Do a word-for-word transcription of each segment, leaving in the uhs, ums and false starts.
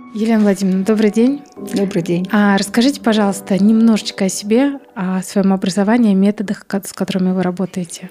Елена Владимировна, добрый день. Добрый день. А расскажите, пожалуйста, немножечко о себе, о своем образовании, методах, с которыми вы работаете.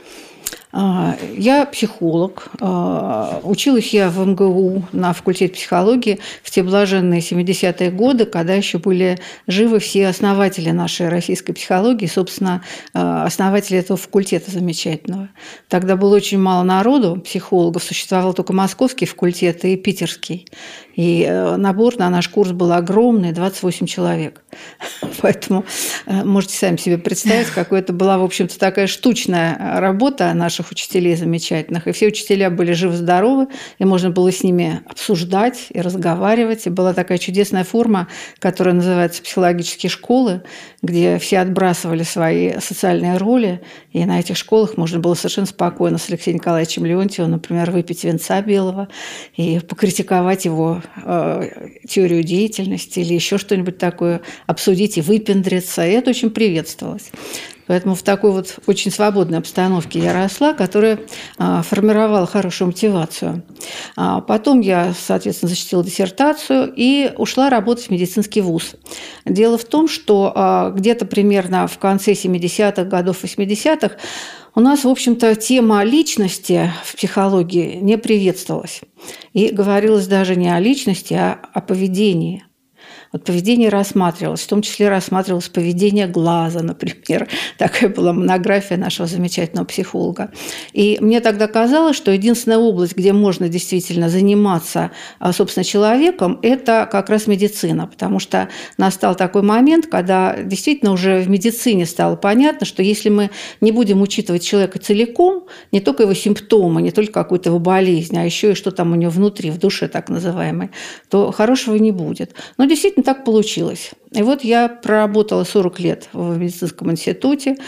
Я психолог. Училась я в эм гэ у на факультете психологии в те блаженные семидесятые годы, когда еще были живы все основатели нашей российской психологии, собственно, основатели этого факультета замечательного. Тогда было очень мало народу, психологов, существовал только московский факультет и питерский. И набор на наш курс был огромный, двадцать восемь человек. Поэтому можете сами себе представить, какой это была, в общем-то, такая штучная работа наших учителей замечательных. И все учителя были живы-здоровы, и можно было с ними обсуждать и разговаривать. И была такая чудесная форма, которая называется психологические школы, где все отбрасывали свои социальные роли. И на этих школах можно было совершенно спокойно с Алексеем Николаевичем Леонтьевым, например, выпить винца белого и покритиковать его э, теорию деятельности или еще что-нибудь такое, обсудить и выпендриться. И это очень приветствовалось. Поэтому в такой вот очень свободной обстановке я росла, которая формировала хорошую мотивацию. Потом я, соответственно, защитила диссертацию и ушла работать в медицинский вуз. Дело в том, что где-то примерно в конце семидесятых годов, восьмидесятых у нас, в общем-то, тема личности в психологии не приветствовалась. И говорилось даже не о личности, а о поведении. Вот поведение рассматривалось, в том числе рассматривалось поведение глаза, например. Такая была монография нашего замечательного психолога. И мне тогда казалось, что единственная область, где можно действительно заниматься, собственно, человеком, это как раз медицина. Потому что настал такой момент, когда действительно уже в медицине стало понятно, что если мы не будем учитывать человека целиком, не только его симптомы, не только какую-то его болезнь, а еще и что там у него внутри, в душе так называемой, то хорошего не будет. Но действительно так получилось. И вот я проработала сорок лет в медицинском институте,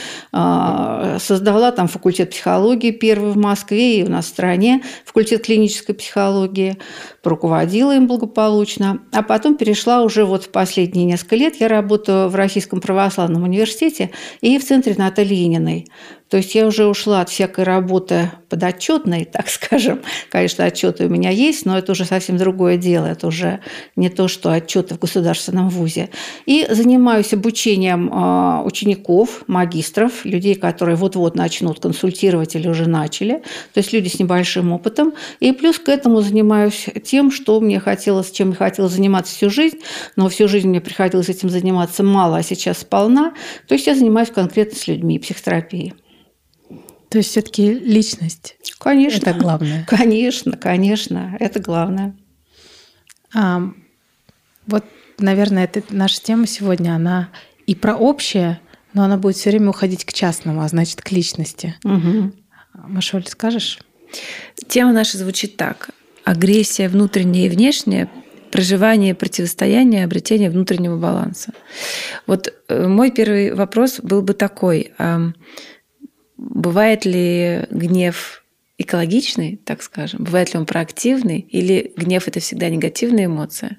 создала там факультет психологии первый в Москве и у нас в стране, факультет клинической психологии, руководила им благополучно, а потом перешла уже вот в последние несколько лет, я работаю в Российском православном университете и в центре Натальи Ильиной. То есть я уже ушла от всякой работы подотчетной, так скажем. Конечно, отчеты у меня есть, но это уже совсем другое дело. Это уже не то, что отчеты в государственном вузе. И занимаюсь обучением учеников, магистров, людей, которые вот-вот начнут консультировать или уже начали. То есть люди с небольшим опытом. И плюс к этому занимаюсь тем, что мне хотелось, чем я хотела заниматься всю жизнь, но всю жизнь мне приходилось этим заниматься мало, а сейчас сполна. То есть я занимаюсь конкретно с людьми, психотерапией. То есть все-таки личность. Конечно. Это главное. Конечно, конечно, это главное. А, вот, наверное, это наша тема сегодня, она и про общее, но она будет все время уходить к частному, а значит, к личности. Угу. Машуль, скажешь? Тема наша звучит так. Агрессия внутренняя и внешняя, проживание, противостояние, обретение внутреннего баланса. Вот мой первый вопрос был бы такой. Бывает ли гнев экологичный, так скажем? Бывает ли он проактивный? Или гнев – это всегда негативная эмоция?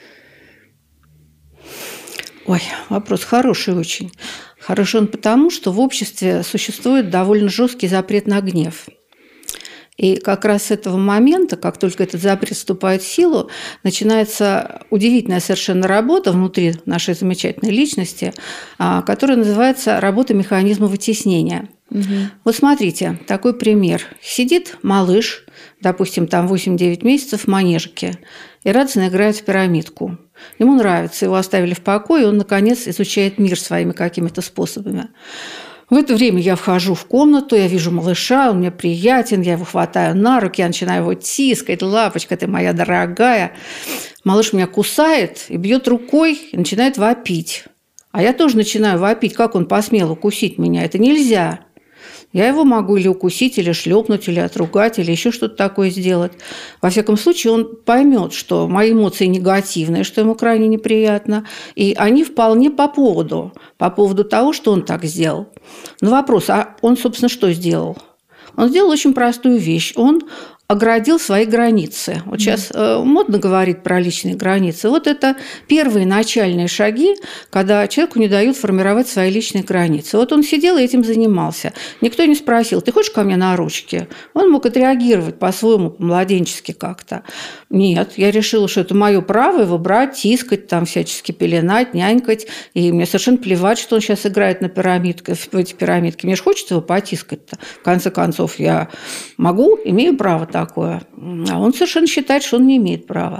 Ой, вопрос хороший очень. Хороший он потому, что в обществе существует довольно жесткий запрет на гнев. И как раз с этого момента, как только этот запрет вступает в силу, начинается удивительная совершенно работа внутри нашей замечательной личности, которая называется «работа механизма вытеснения». Угу. Вот смотрите, такой пример. Сидит малыш, допустим, там восемь-девять месяцев в манежике, и радостно играет в пирамидку. Ему нравится, его оставили в покое, и он, наконец, изучает мир своими какими-то способами. В это время я вхожу в комнату, я вижу малыша, он мне приятен, я его хватаю на руки, я начинаю его тискать, лапочка ты моя дорогая. Малыш меня кусает и бьет рукой, и начинает вопить. А я тоже начинаю вопить, как он посмел укусить меня, это нельзя. Я его могу или укусить, или шлепнуть, или отругать, или еще что-то такое сделать. Во всяком случае, он поймет, что мои эмоции негативные, что ему крайне неприятно, и они вполне по поводу, по поводу того, что он так сделал. Но вопрос, а он, собственно, что сделал? Он сделал очень простую вещь. Он оградил свои границы. Вот сейчас э, модно говорить про личные границы. Вот это первые начальные шаги, когда человеку не дают формировать свои личные границы. Вот он сидел и этим занимался. Никто не спросил: ты хочешь ко мне на ручки? Он мог отреагировать по-своему, по-младенчески как-то. Нет, я решила, что это мое право его брать, тискать, там всячески пеленать, нянькать. И мне совершенно плевать, что он сейчас играет на пирамидке, в эти пирамидки. Мне же хочется его потискать-то. В конце концов, я могу, имею право такое. А он совершенно считает, что он не имеет права.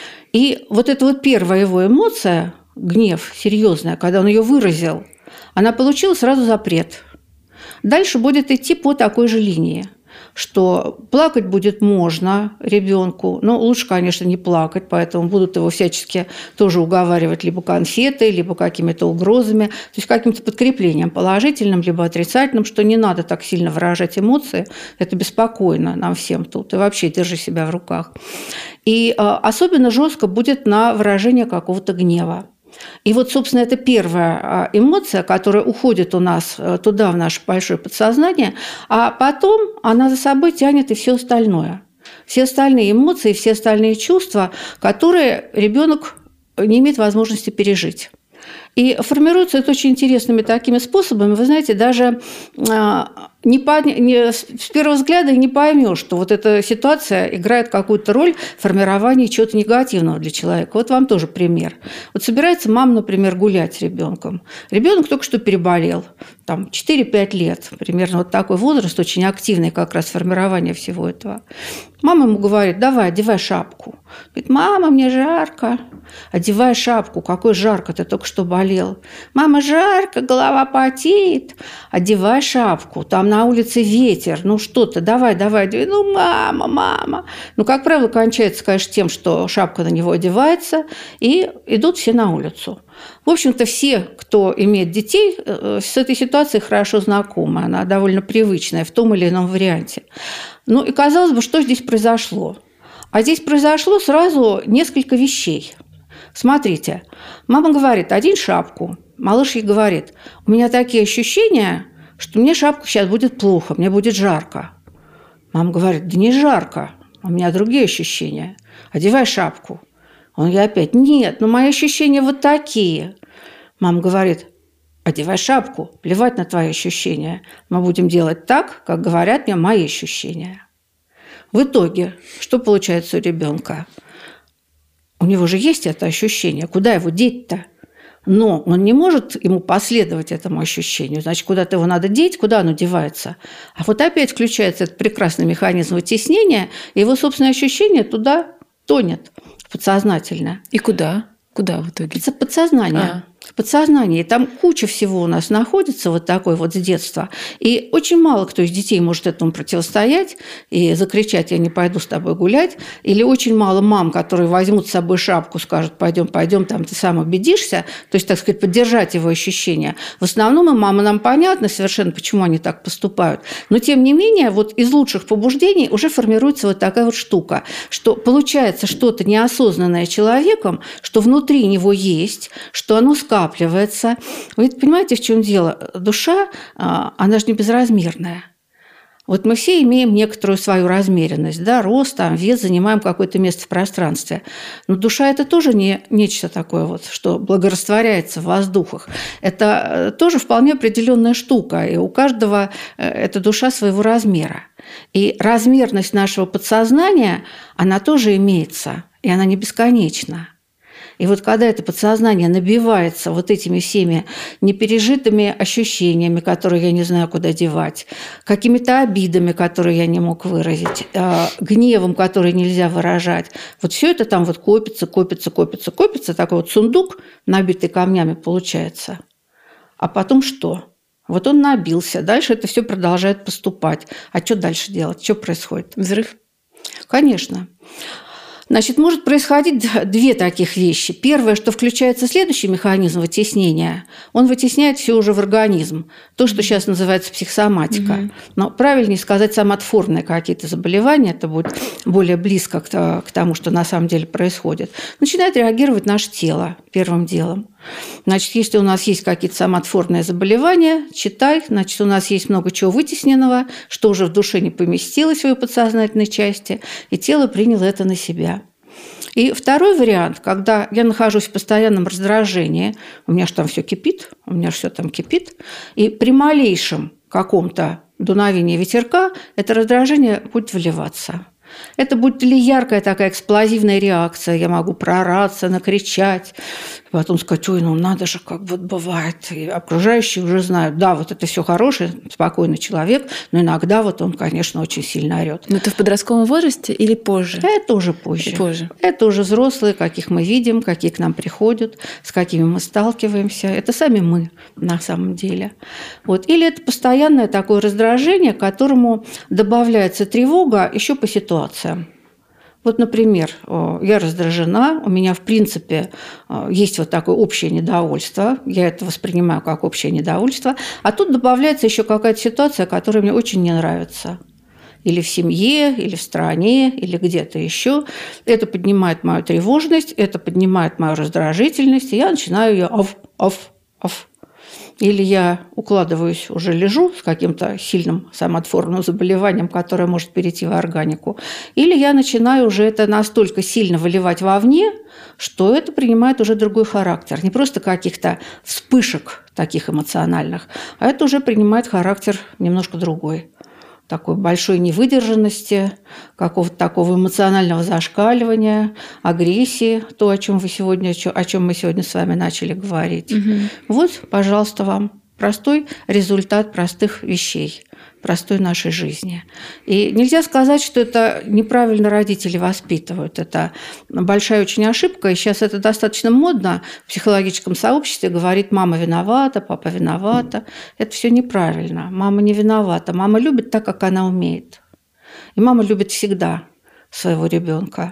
И вот эта вот первая его эмоция, гнев серьезная, когда он ее выразил, она получила сразу запрет. Дальше будет идти по такой же линии, что плакать будет можно ребенку, но лучше, конечно, не плакать, поэтому будут его всячески тоже уговаривать либо конфетой, либо какими-то угрозами, то есть каким-то подкреплением положительным, либо отрицательным, что не надо так сильно выражать эмоции, это беспокойно нам всем тут, и вообще держи себя в руках. И особенно жестко будет на выражение какого-то гнева. И вот, собственно, это первая эмоция, которая уходит у нас туда, в наше большое подсознание, а потом она за собой тянет и все остальное. Все остальные эмоции, все остальные чувства, которые ребенок не имеет возможности пережить. И формируется это очень интересными такими способами. Вы знаете, даже не по, не, с первого взгляда не поймешь, что вот эта ситуация играет какую-то роль в формировании чего-то негативного для человека. Вот вам тоже пример. Вот собирается мама, например, гулять с ребенком. Ребенок только что переболел, там четыре-пять лет, примерно вот такой возраст, очень активный как раз формирование всего этого. Мама ему говорит: давай, одевай шапку. Говорит: мама, мне жарко. Одевай шапку. Какой жарко, ты только что болел. Мама, жарко, голова потеет. Одевай шапку. Там на улице ветер. Ну что ты, давай, давай. Ну, мама, мама. Ну, как правило, кончается, конечно, тем, что шапка на него одевается, и идут все на улицу. В общем-то, все, кто имеет детей, с этой ситуацией хорошо знакомы. Она довольно привычная в том или ином варианте. Ну и, казалось бы, что здесь произошло? А здесь произошло сразу несколько вещей. Смотрите, мама говорит: одень шапку. Малыш ей говорит: у меня такие ощущения, что мне шапку сейчас будет плохо, мне будет жарко. Мама говорит: да не жарко, у меня другие ощущения. Одевай шапку. Он ей опять: нет, но мои ощущения вот такие. Мама говорит: одевай шапку, плевать на твои ощущения. Мы будем делать так, как говорят мне мои ощущения. В итоге, что получается у ребенка? У него же есть это ощущение, куда его деть-то? Но он не может ему последовать этому ощущению. Значит, куда-то его надо деть, куда оно девается. А вот опять включается этот прекрасный механизм вытеснения, и его собственное ощущение туда тонет подсознательно. И куда? Куда в итоге? Подсознание. А. В подсознании. Там куча всего у нас находится вот такой вот с детства. И очень мало кто из детей может этому противостоять и закричать: я не пойду с тобой гулять. Или очень мало мам, которые возьмут с собой шапку, скажут: пойдем, пойдем, там ты сам убедишься. То есть, так сказать, поддержать его ощущения. В основном и мама нам понятно совершенно, почему они так поступают. Но, тем не менее, вот из лучших побуждений уже формируется вот такая вот штука, что получается что-то неосознанное человеком, что внутри него есть, что оно скапливается. Скапливается. Вы понимаете, в чем дело? Душа, она же не безразмерная. Вот мы все имеем некоторую свою размеренность, да, рост, там, вес, занимаем какое-то место в пространстве. Но душа – это тоже не нечто такое, вот, что благорастворяется в воздухах. Это тоже вполне определенная штука, и у каждого эта душа своего размера. И размерность нашего подсознания, она тоже имеется, и она не бесконечна. И вот когда это подсознание набивается вот этими всеми непережитыми ощущениями, которые я не знаю, куда девать, какими-то обидами, которые я не мог выразить, гневом, который нельзя выражать, вот все это там вот копится, копится, копится, копится, такой вот сундук, набитый камнями, получается. А потом что? Вот он набился, дальше это все продолжает поступать. А что дальше делать? Что происходит? Взрыв? Конечно. Значит, может происходить две таких вещи. Первое, что включается следующий механизм вытеснения, он вытесняет все уже в организм. То, что сейчас называется психосоматика. Mm-hmm. Но правильнее сказать соматформные какие-то заболевания, это будет более близко к тому, что на самом деле происходит. Начинает реагировать наше тело первым делом. Значит, если у нас есть какие-то соматформные заболевания, читай, значит, у нас есть много чего вытесненного, что уже в душе не поместилось в ее подсознательной части, и тело приняло это на себя. И второй вариант, когда я нахожусь в постоянном раздражении, у меня же там все кипит, у меня же все там кипит, и при малейшем каком-то дуновении ветерка это раздражение будет выливаться. Это будет ли яркая такая эксплозивная реакция, я могу проораться, накричать, потом сказать, ой, ну надо же, как вот бывает. И окружающие уже знают, да, вот это все хороший, спокойный человек, но иногда вот он, конечно, очень сильно орет. Но это в подростковом возрасте или позже? Это уже позже. позже. Это уже взрослые, каких мы видим, какие к нам приходят, с какими мы сталкиваемся. Это сами мы на самом деле. Вот. Или это постоянное такое раздражение, к которому добавляется тревога еще по ситуации. Вот, например, я раздражена, у меня, в принципе, есть вот такое общее недовольство, я это воспринимаю как общее недовольство, а тут добавляется еще какая-то ситуация, которая мне очень не нравится. Или в семье, или в стране, или где-то еще. Это поднимает мою тревожность, это поднимает мою раздражительность, и я начинаю ее ав, ав, ав. Или я укладываюсь, уже лежу с каким-то сильным соматформным заболеванием, которое может перейти в органику, или я начинаю уже это настолько сильно выливать вовне, что это принимает уже другой характер. Не просто каких-то вспышек таких эмоциональных, а это уже принимает характер немножко другой. Такой большой невыдержанности, какого-то такого эмоционального зашкаливания, агрессии, то, о чем вы сегодня, о чем мы сегодня с вами начали говорить. Угу. Вот, пожалуйста, вам простой результат простых вещей, простой нашей жизни. И нельзя сказать, что это неправильно родители воспитывают. Это большая очень ошибка. И сейчас это достаточно модно в психологическом сообществе. Говорит, мама виновата, папа виновата. Это все неправильно. Мама не виновата. Мама любит так, как она умеет. И мама любит всегда своего ребенка.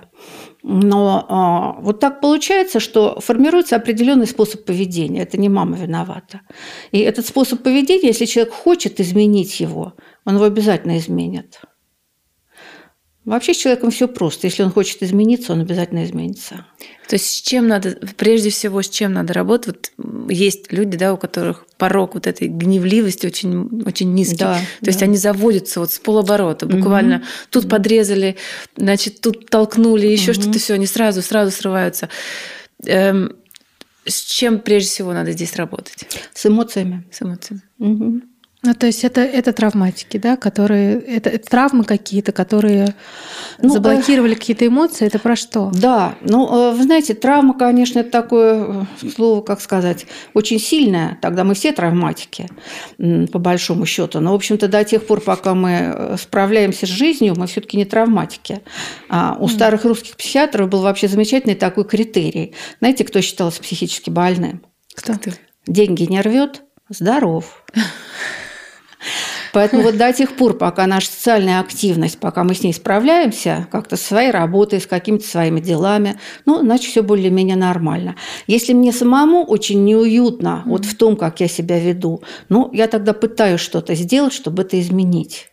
Но а, вот так получается, что формируется определенный способ поведения. Это не мама виновата. И этот способ поведения, если человек хочет изменить его, он его обязательно изменит. Вообще с человеком все просто. Если он хочет измениться, он обязательно изменится. То есть с чем надо, прежде всего, с чем надо работать? Вот есть люди, да, у которых порог вот этой гневливости очень, очень низкий. Да, То да. есть они заводятся вот с полоборота. Буквально угу. тут подрезали, значит, тут толкнули, еще угу. что-то, все, они сразу, сразу срываются. Эм, с чем прежде всего надо здесь работать? С эмоциями. С эмоциями. Угу. Ну, то есть это, это травматики, да, которые... Это, это травмы какие-то, которые ну, заблокировали э... какие-то эмоции. Это про что? Да. Ну, вы знаете, травма, конечно, это такое слово, как сказать, очень сильное. Тогда мы все травматики, по большому счету. Но, в общем-то, до тех пор, пока мы справляемся с жизнью, мы все-таки не травматики. А у mm. старых русских психиатров был вообще замечательный такой критерий. Знаете, кто считался психически больным? Кто ты? Деньги не рвет, здоров. Поэтому вот до тех пор, пока наша социальная активность, пока мы с ней справляемся, как-то со своей работой, с какими-то своими делами, ну, значит, все более-менее нормально. Если мне самому очень неуютно mm-hmm. вот в том, как я себя веду, ну, я тогда пытаюсь что-то сделать, чтобы это изменить.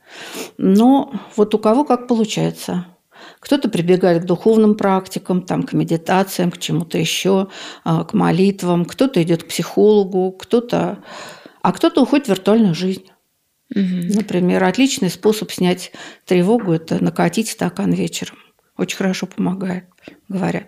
Но вот у кого как получается. Кто-то прибегает к духовным практикам, там, к медитациям, к чему-то еще, к молитвам, кто-то идет к психологу, кто-то... а кто-то уходит в виртуальную жизнь. Угу. Например, отличный способ снять тревогу – это накатить стакан вечером. Очень хорошо помогает, говорят.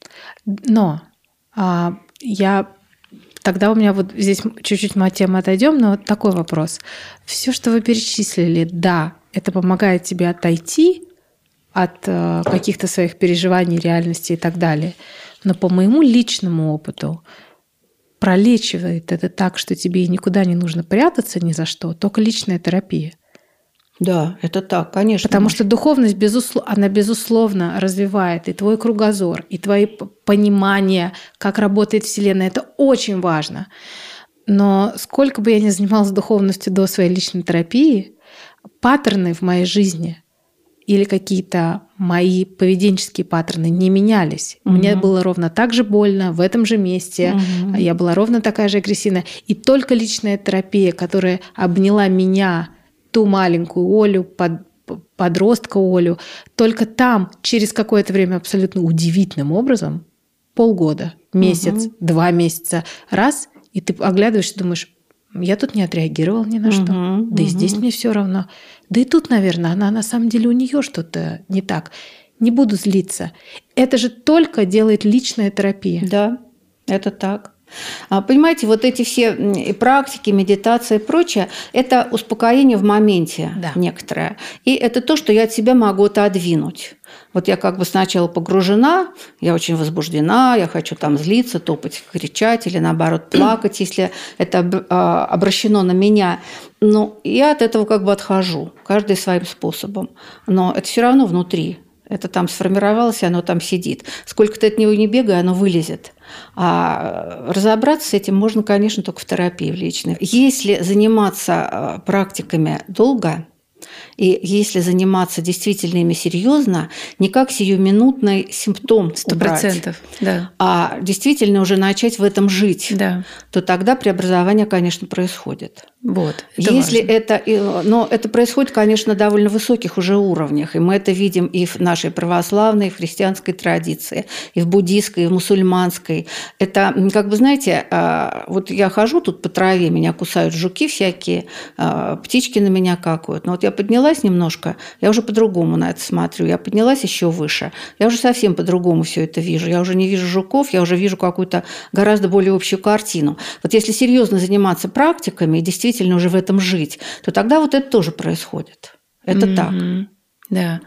Но а, я тогда у меня вот здесь чуть-чуть мы от темы отойдем, но вот такой вопрос. Все, что вы перечислили, да, это помогает тебе отойти от а, каких-то своих переживаний, реальности и так далее. Но по моему личному опыту пролечивает это так, что тебе никуда не нужно прятаться ни за что, только личная терапия. Да, это так, конечно. Потому что духовность, безусловно, она безусловно развивает и твой кругозор, и твои понимания, как работает Вселенная. Это очень важно. Но сколько бы я ни занималась духовностью до своей личной терапии, паттерны в моей жизни или какие-то мои поведенческие паттерны не менялись. Угу. Мне было ровно так же больно в этом же месте. Угу. Я была ровно такая же агрессивная. И только личная терапия, которая обняла меня, ту маленькую Олю, под, подростка Олю, только там через какое-то время абсолютно удивительным образом, полгода, месяц, Угу. два месяца, раз, и ты оглядываешься и думаешь, я тут не отреагировал ни на что. Угу. Да и здесь Угу. мне все равно. Да и тут, наверное, она на самом деле у нее что-то не так. Не буду злиться. Это же только делает личная терапия. Да, это так. А, Понимаете, вот эти все м, и практики, медитация и прочее, это успокоение в моменте Да. некоторое. И это то, что я от себя могу отодвинуть. Вот я как бы сначала погружена, я очень возбуждена, я хочу там злиться, топать, кричать или наоборот плакать, если это об- а, обращено на меня. Но я от этого как бы отхожу, каждый своим способом. Но это все равно внутри. Это там сформировалось, оно там сидит. Сколько ты от него не бегай, оно вылезет. А разобраться с этим можно, конечно, только в терапии в личной. Если заниматься э, практиками долго, и если заниматься действительно ими серьезно, не как сиюминутный симптом Сто убрать, процентов, да. а действительно уже начать в этом жить, Да. то тогда преобразование, конечно, происходит. Вот. Это Если важно. это, и- но это происходит, конечно, на довольно высоких уже уровнях, и мы это видим и в нашей православной, и в христианской традиции, и в буддийской, и в мусульманской. Это, м, как бы, знаете, а, вот я хожу тут по траве, меня кусают жуки всякие, а, птички на меня какают. Но вот я поднялась немножко, я уже по-другому на это смотрю. Я поднялась еще выше, я уже совсем по-другому все это вижу. Я уже не вижу жуков, я уже вижу какую-то гораздо более общую картину. Вот если серьезно заниматься практиками и действительно уже в этом жить, то тогда вот это тоже происходит. Это так. Мгм. Да.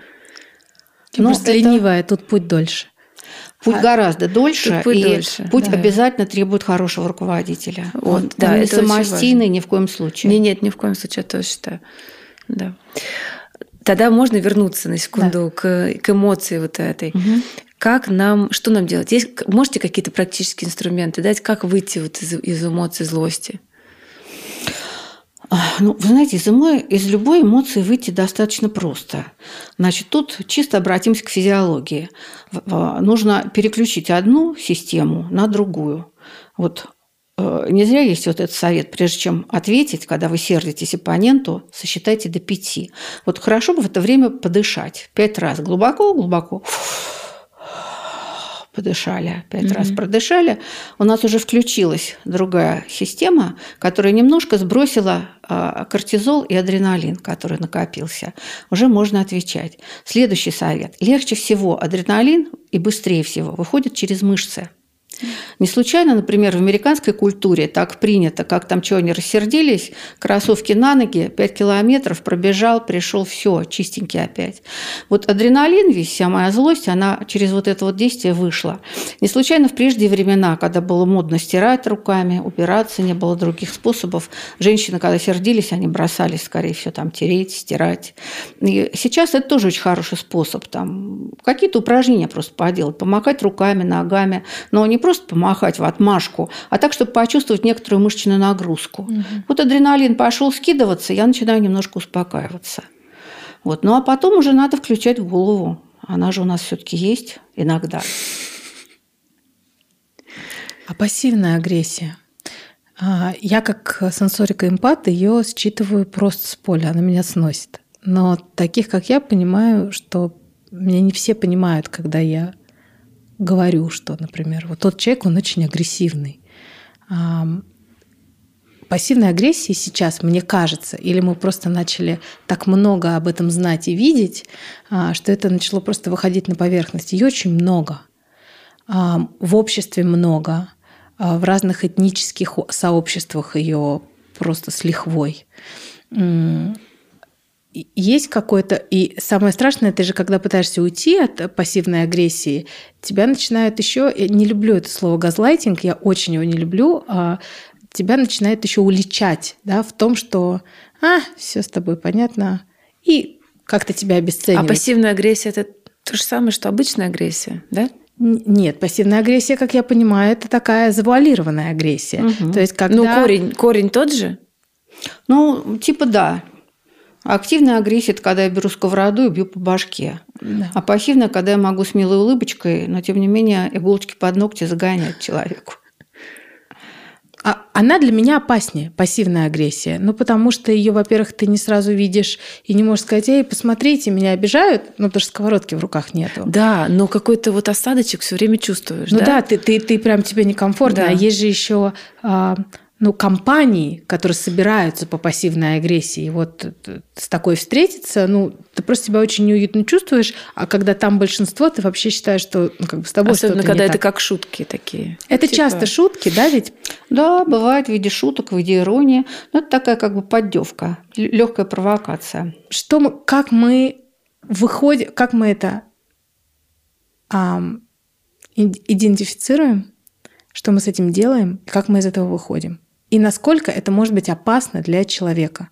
Я Но просто это- ленивая, тут путь дольше. Путь А, гораздо дольше, тут путь и дольше, путь да. обязательно требует хорошего руководителя. Вот, он, да, он не это очень самостийный ни в коем случае. Не, нет, ни в коем случае, я тоже считаю. Да. Тогда можно вернуться на секунду к, к эмоции вот этой. Мгм. Как нам, что нам делать? Есть, можете какие-то практические инструменты дать, как выйти вот из, из эмоций злости? А, Ну, вы знаете, из, эмо- из любой эмоции выйти достаточно просто. Значит, тут чисто обратимся к физиологии. В- в- Нужно переключить одну систему на другую. Вот э, не зря есть вот этот совет. Прежде чем ответить, когда вы сердитесь оппоненту, сосчитайте до пяти. Вот хорошо бы в это время подышать. Пять раз глубоко, глубоко. Подышали, пять Мгм. раз продышали, у нас уже включилась другая система, которая немножко сбросила а, кортизол и адреналин, который накопился. Уже можно отвечать. Следующий совет. Легче всего адреналин и быстрее всего выходит через мышцы. Не случайно, например, в американской культуре так принято, как там что они рассердились, кроссовки на ноги, пять километров пробежал, пришел, все, чистенький опять. Вот адреналин, весь, вся моя злость, она через вот это вот действие вышла. Не случайно в прежние времена, когда было модно стирать руками, убираться, не было других способов, женщины, когда сердились, они бросались, скорее всего, там тереть, стирать. И сейчас это тоже очень хороший способ. Там какие-то упражнения просто поделать, помахать руками, ногами, но не просто помахать в отмашку, а так, чтобы почувствовать некоторую мышечную нагрузку. Мгм. Вот адреналин пошел скидываться, я начинаю немножко успокаиваться. Вот. Ну а потом уже надо включать голову. Она же у нас все-таки есть иногда. А пассивная агрессия? А, Я как сенсорика-эмпат ее считываю просто с поля, она меня сносит. Но таких, как я, понимаю, что меня не все понимают, когда я говорю, что, например, вот тот человек, он очень агрессивный. Ам, Пассивной агрессии сейчас, мне кажется, или мы просто начали так много об этом знать и видеть, а, что это начало просто выходить на поверхность. Ее очень много. А, В обществе много. А, В разных этнических о- сообществах ее просто с лихвой. М, и Есть какой-то... И самое страшное, это же когда пытаешься уйти от пассивной агрессии, тебя начинают еще... Я не люблю это слово газлайтинг, я очень его не люблю. а Тебя начинает еще уличать, да, в том, что а, все с тобой понятно, и как-то тебя А обесценивать. пассивная агрессия – это то же самое, что обычная агрессия, да? Н- Нет, пассивная агрессия, как я понимаю, это такая завуалированная агрессия. Мгм. То есть, когда... Ну, корень, корень тот же? Ну, типа да. Активная агрессия – это когда я беру сковороду и бью по башке. Да. А пассивная, когда я могу с милой улыбочкой, но тем не менее иголочки под ногти загонять человеку. а, она для меня опаснее, пассивная агрессия. Ну, потому что ее, во-первых, ты не сразу видишь и не можешь сказать: эй, посмотрите, меня обижают, ну, потому что сковородки в руках нету. Да, но какой-то вот осадочек все время чувствуешь, ну да? Ну да, ты, ты, ты прям тебе некомфортно. Да. А есть же еще а, ну, компании, которые собираются по пассивной агрессии. Вот с такой встретиться, ну, ты просто себя очень неуютно чувствуешь, а когда там большинство, ты вообще считаешь, что ну, как бы с тобой особенно что-то когда не это так. Как шутки такие. Это типа... часто шутки, да, ведь? Да, бывает в виде шуток, в виде иронии. Но это такая как бы поддевка, легкая провокация. Что мы, как мы выходим, как мы это эм, идентифицируем, что мы с этим делаем, как мы из этого выходим? И насколько это может быть опасно для человека?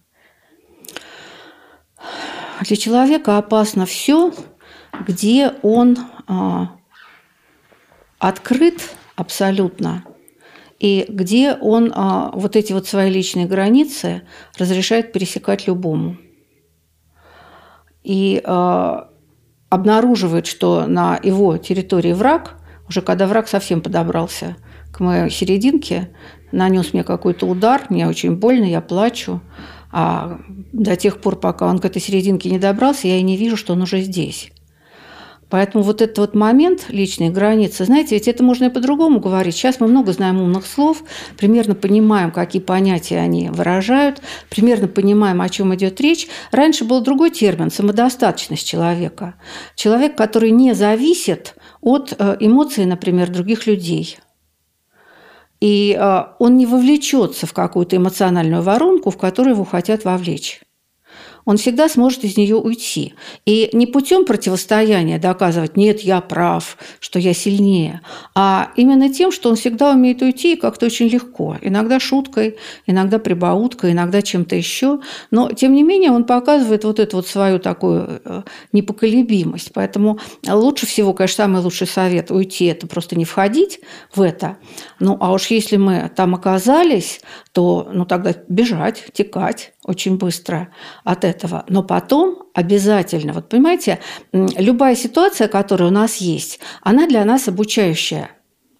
Для человека опасно все, где он э, открыт абсолютно, и где он э, вот эти вот свои личные границы разрешает пересекать любому. И э, обнаруживает, что на его территории враг, уже когда враг совсем подобрался к моей серединке, нанес мне какой-то удар, мне очень больно, я плачу. А до тех пор, пока он к этой серединке не добрался, я и не вижу, что он уже здесь. Поэтому вот этот вот момент личной границы, знаете, ведь это можно и по-другому говорить. Сейчас мы много знаем умных слов, примерно понимаем, какие понятия они выражают, примерно понимаем, о чем идет речь. Раньше был другой термин – самодостаточность человека. Человек, который не зависит от эмоций, например, других людей. И он не вовлечется в какую-то эмоциональную воронку, в которую его хотят вовлечь. Он всегда сможет из нее уйти. И не путем противостояния доказывать: нет, я прав, что я сильнее, а именно тем, что он всегда умеет уйти как-то очень легко. Иногда шуткой, иногда прибауткой, иногда чем-то еще. Но, тем не менее, он показывает вот эту вот свою такую непоколебимость. Поэтому лучше всего, конечно, самый лучший совет – уйти – это просто не входить в это. Ну, а уж если мы там оказались, то ну, тогда бежать, текать очень быстро от этого. Но потом обязательно, вот понимаете, любая ситуация, которая у нас есть, она для нас обучающая.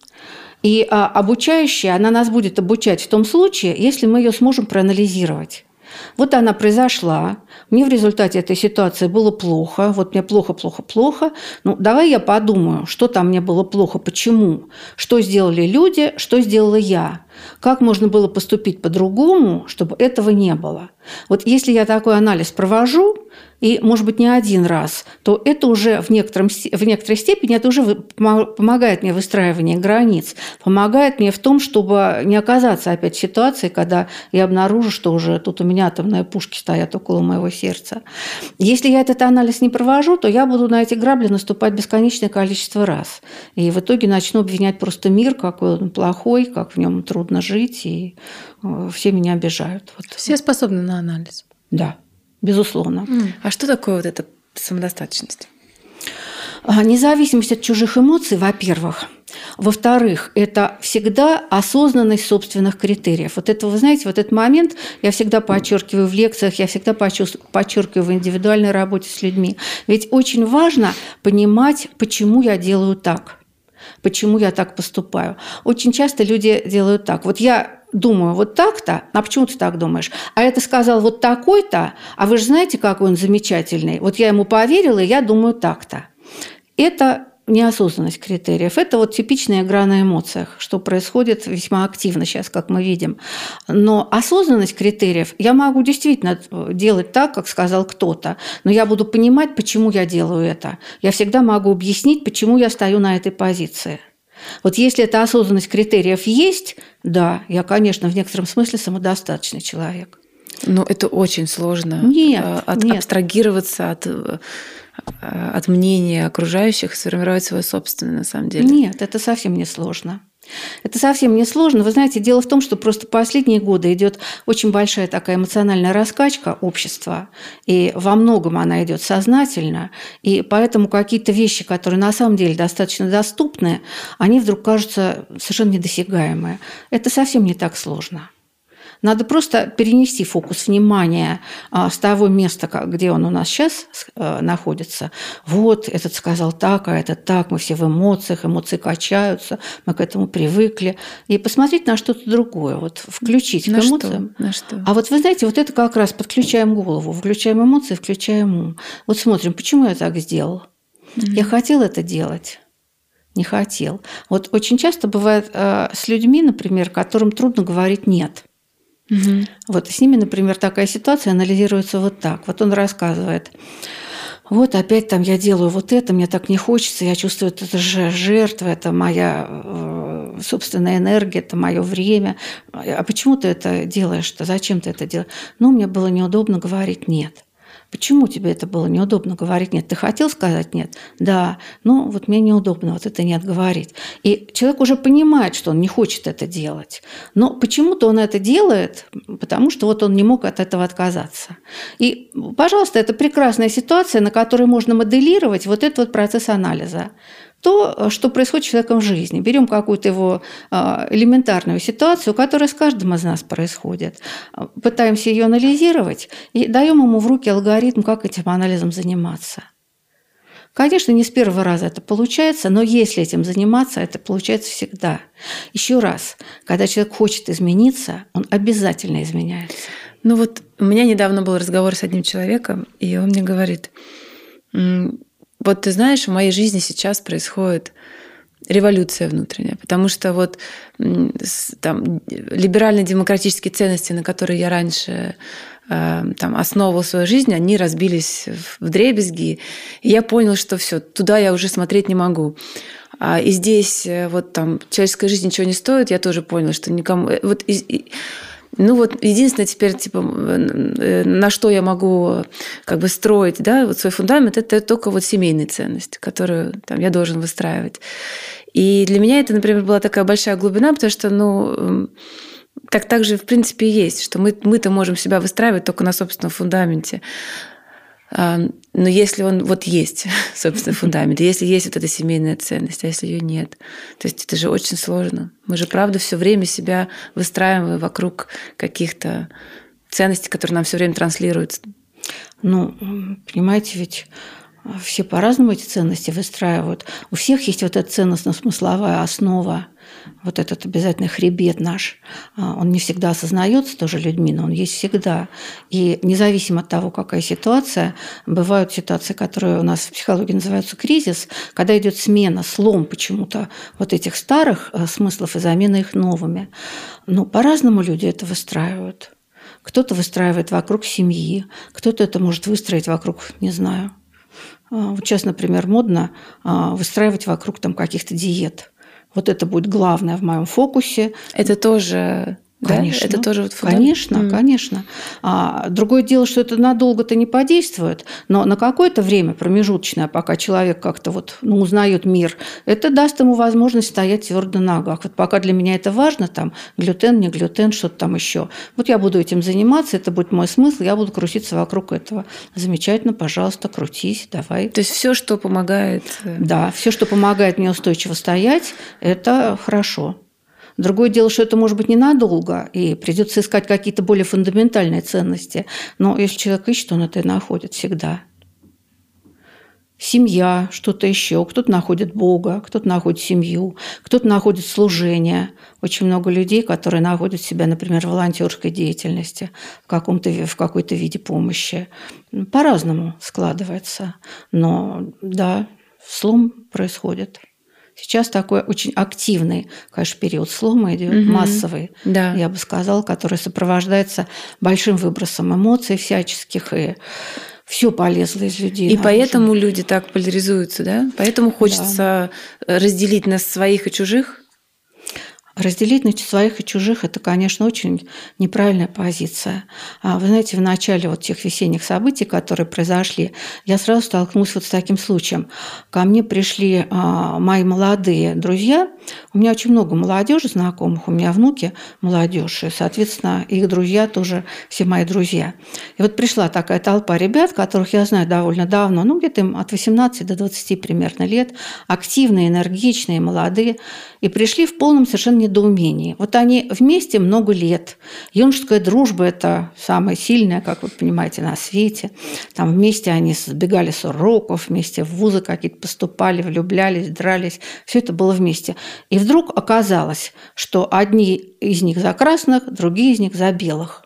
И а, обучающая, она нас будет обучать в том случае, если мы ее сможем проанализировать. Вот она произошла, мне в результате этой ситуации было плохо, вот мне плохо, плохо, плохо. Ну, давай я подумаю, что там мне было плохо, почему, что сделали люди, что сделала я, как можно было поступить по-другому, чтобы этого не было. Вот если я такой анализ провожу, и, может быть, не один раз, то это уже в, некотором, в некоторой степени это уже помогает мне в выстраивании границ, помогает мне в том, чтобы не оказаться опять в ситуации, когда я обнаружу, что уже тут у меня атомные пушки стоят около моего сердца. Если я этот анализ не провожу, то я буду на эти грабли наступать бесконечное количество раз. И в итоге начну обвинять просто мир, какой он плохой, как в нем трудно жить, и все меня обижают. Вот. Все способны на анализ. Да. Безусловно. А что такое вот эта самодостаточность? Независимость от чужих эмоций, во-первых. Во-вторых, это всегда осознанность собственных критериев. Вот это, вы знаете, вот этот момент я всегда подчеркиваю в лекциях, я всегда подчеркиваю в индивидуальной работе с людьми. Ведь очень важно понимать, почему я делаю так, почему я так поступаю. Очень часто люди делают так. Вот я думаю вот так-то, а почему ты так думаешь? А это сказал вот такой-то, а вы же знаете, какой он замечательный. Вот я ему поверила, и я думаю так-то. Это неосознанность критериев. Это вот типичная игра на эмоциях, что происходит весьма активно сейчас, как мы видим. Но осознанность критериев я могу действительно делать так, как сказал кто-то, но я буду понимать, почему я делаю это. Я всегда могу объяснить, почему я стою на этой позиции. Вот если эта осознанность критериев есть, да, я, конечно, в некотором смысле самодостаточный человек. Но это очень сложно. Нет, от, нет. абстрагироваться от, от мнения окружающих и сформировать свое собственное, на самом деле. Нет, это совсем не сложно. Это совсем не сложно. Вы знаете, дело в том, что просто последние годы идет очень большая такая эмоциональная раскачка общества, и во многом она идет сознательно, и поэтому какие-то вещи, которые на самом деле достаточно доступны, они вдруг кажутся совершенно недосягаемые. Это совсем не так сложно. Надо просто перенести фокус внимания с того места, где он у нас сейчас находится. Вот, этот сказал так, а этот так, мы все в эмоциях, эмоции качаются, мы к этому привыкли. И посмотреть на что-то другое, вот включить на к эмоциям. Что? На что? А вот вы знаете, вот это как раз подключаем голову, включаем эмоции, включаем ум. Вот смотрим, почему я так сделал? Mm-hmm. Я хотел это делать? Не хотел. Вот очень часто бывает э, с людьми, например, которым трудно говорить «нет». Угу. Вот с ними, например, такая ситуация анализируется вот так. Вот он рассказывает: вот опять там я делаю вот это, мне так не хочется, я чувствую, это же жертва, это моя э, собственная энергия, это мое время. А почему ты это делаешь-то? Зачем ты это делаешь? Ну, мне было неудобно говорить «нет». Почему тебе это было неудобно говорить «нет»? Ты хотел сказать «нет»? Да. Ну, вот мне неудобно вот это «нет» говорить. И человек уже понимает, что он не хочет это делать. Но почему-то он это делает, потому что вот он не мог от этого отказаться. И, пожалуйста, это прекрасная ситуация, на которой можно моделировать вот этот вот процесс анализа. То, что происходит с человеком в жизни. Берем какую-то его элементарную ситуацию, которая с каждым из нас происходит. Пытаемся ее анализировать и даем ему в руки алгоритм, как этим анализом заниматься. Конечно, не с первого раза это получается, но если этим заниматься, это получается всегда. Еще раз, когда человек хочет измениться, он обязательно изменяется. Ну вот у меня недавно был разговор с одним человеком, и он мне говорит: вот ты знаешь, в моей жизни сейчас происходит революция внутренняя, потому что вот там либерально-демократические ценности, на которые я раньше там основывал свою жизнь, они разбились вдребезги, и я понял, что все, туда я уже смотреть не могу. И здесь вот там человеческая жизнь ничего не стоит, я тоже понял, что никому... Вот, ну вот единственное теперь, типа, на что я могу как бы строить, да, вот свой фундамент, это только вот семейные ценности, которые там, я должен выстраивать. И для меня это, например, была такая большая глубина, потому что, ну, так, так же, в принципе, и есть, что мы, мы-то можем себя выстраивать только на собственном фундаменте. Но если он вот есть, собственно, фундамент, если есть вот эта семейная ценность, а если ее нет, то есть это же очень сложно. Мы же, правда, все время себя выстраиваем вокруг каких-то ценностей, которые нам все время транслируются. Ну, понимаете, ведь все по-разному эти ценности выстраивают. У всех есть вот эта ценностно-смысловая основа, вот этот обязательно хребет наш. Он не всегда осознается тоже людьми, но он есть всегда. И независимо от того, какая ситуация, бывают ситуации, которые у нас в психологии называются кризис, когда идет смена, слом почему-то вот этих старых смыслов и замена их новыми. Но по-разному люди это выстраивают. Кто-то выстраивает вокруг семьи, кто-то это может выстроить вокруг, не знаю. Вот сейчас, например, модно выстраивать вокруг там каких-то диет. Вот это будет главное в моем фокусе. Это тоже... Конечно, да? Это тоже вот фундамент? Конечно, mm. конечно. А, другое дело, что это надолго-то не подействует, но на какое-то время промежуточное, пока человек как-то вот, ну, узнает мир, это даст ему возможность стоять твердо на ногах. Вот пока для меня это важно, там, глютен, не глютен, что-то там еще. Вот я буду этим заниматься, это будет мой смысл, я буду крутиться вокруг этого. Замечательно, пожалуйста, крутись, давай. То есть все, что помогает... Да, все, что помогает мне устойчиво стоять, это хорошо. Другое дело, что это может быть ненадолго, и придется искать какие-то более фундаментальные ценности. Но если человек ищет, он это и находит всегда. Семья, что-то еще. Кто-то находит Бога, кто-то находит семью, кто-то находит служение. Очень много людей, которые находят себя, например, в волонтерской деятельности, в, каком-то, в какой-то виде помощи. По-разному складывается. Но да, слом происходит. Сейчас такой очень активный, конечно, период слома идет, угу. массовый, да. я бы сказала, который сопровождается большим выбросом эмоций всяческих, и все полезло из людей. И наружу. Поэтому люди так поляризуются, да? Поэтому хочется да. разделить на своих и чужих? Разделить на своих и чужих – это, конечно, очень неправильная позиция. Вы знаете, в начале вот тех весенних событий, которые произошли, я сразу столкнулась вот с таким случаем. Ко мне пришли мои молодые друзья. У меня очень много молодежи знакомых, у меня внуки молодежь, и, соответственно, их друзья тоже все мои друзья. И вот пришла такая толпа ребят, которых я знаю довольно давно, ну, где-то им от восемнадцати до двадцати примерно лет, активные, энергичные, молодые, и пришли в полном совершенно недоумении. Вот они вместе много лет. Юношеская дружба – это самая сильная, как вы понимаете, на свете. Там вместе они сбегали с уроков, вместе в вузы какие-то поступали, влюблялись, дрались. Все это было вместе. И вдруг оказалось, что одни из них за красных, другие из них за белых.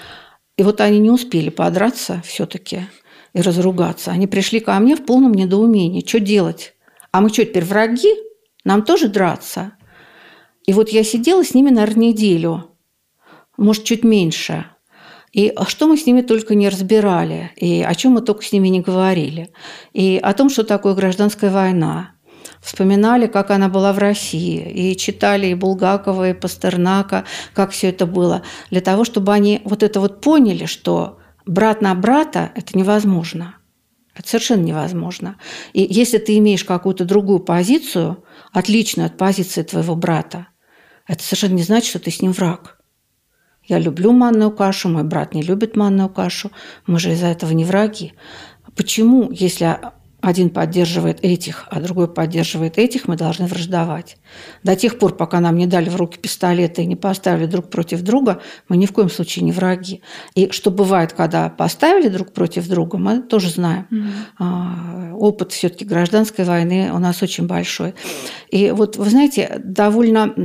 И вот они не успели подраться все-таки и разругаться. Они пришли ко мне в полном недоумении. Что делать? А мы что, теперь враги? Нам тоже драться? И вот я сидела с ними, наверное, неделю, может, чуть меньше. И что мы с ними только не разбирали, и о чем мы только с ними не говорили. И о том, что такое гражданская война. Вспоминали, как она была в России. И читали и Булгакова, и Пастернака, как все это было. Для того, чтобы они вот это вот поняли, что брат на брата – это невозможно. Это совершенно невозможно. И если ты имеешь какую-то другую позицию, отличную от позиции твоего брата, это совершенно не значит, что ты с ним враг. Я люблю манную кашу, мой брат не любит манную кашу. Мы же из-за этого не враги. Почему, если один поддерживает этих, а другой поддерживает этих, мы должны враждовать? До тех пор, пока нам не дали в руки пистолеты и не поставили друг против друга, мы ни в коем случае не враги. И что бывает, когда поставили друг против друга, мы тоже знаем. Mm-hmm. Опыт все-таки гражданской войны у нас очень большой. И вот, вы знаете, довольно...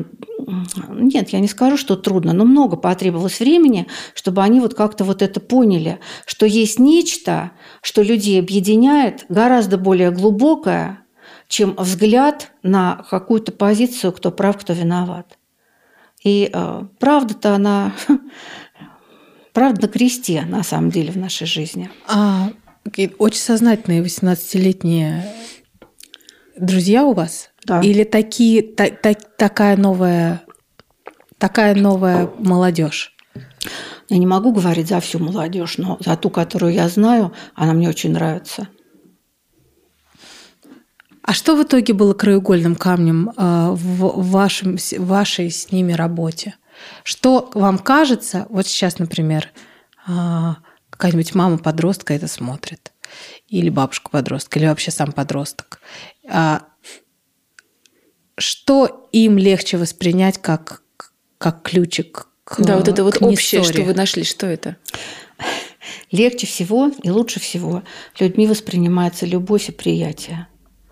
Нет, я не скажу, что трудно, но много потребовалось времени, чтобы они вот как-то вот это поняли, что есть нечто, что людей объединяет, гораздо более глубокое, чем взгляд на какую-то позицию, кто прав, кто виноват. И э, правда-то она... Правда на кресте, на самом деле, в нашей жизни. А очень сознательные восемнадцатилетние друзья у вас? Да. Или такие, та, та, такая новая, такая новая молодежь? Я не могу говорить за всю молодежь, но за ту, которую я знаю, она мне очень нравится. А что в итоге было краеугольным камнем в вашем, в вашей с ними работе? Что вам кажется, вот сейчас, например, какая-нибудь мама подростка это смотрит, или бабушка подростка, или вообще сам подросток. Что им легче воспринять как, как ключик к Да, вот это вот общее, ссоре? что вы нашли, что это? Легче всего и лучше всего людьми воспринимается любовь и приятие.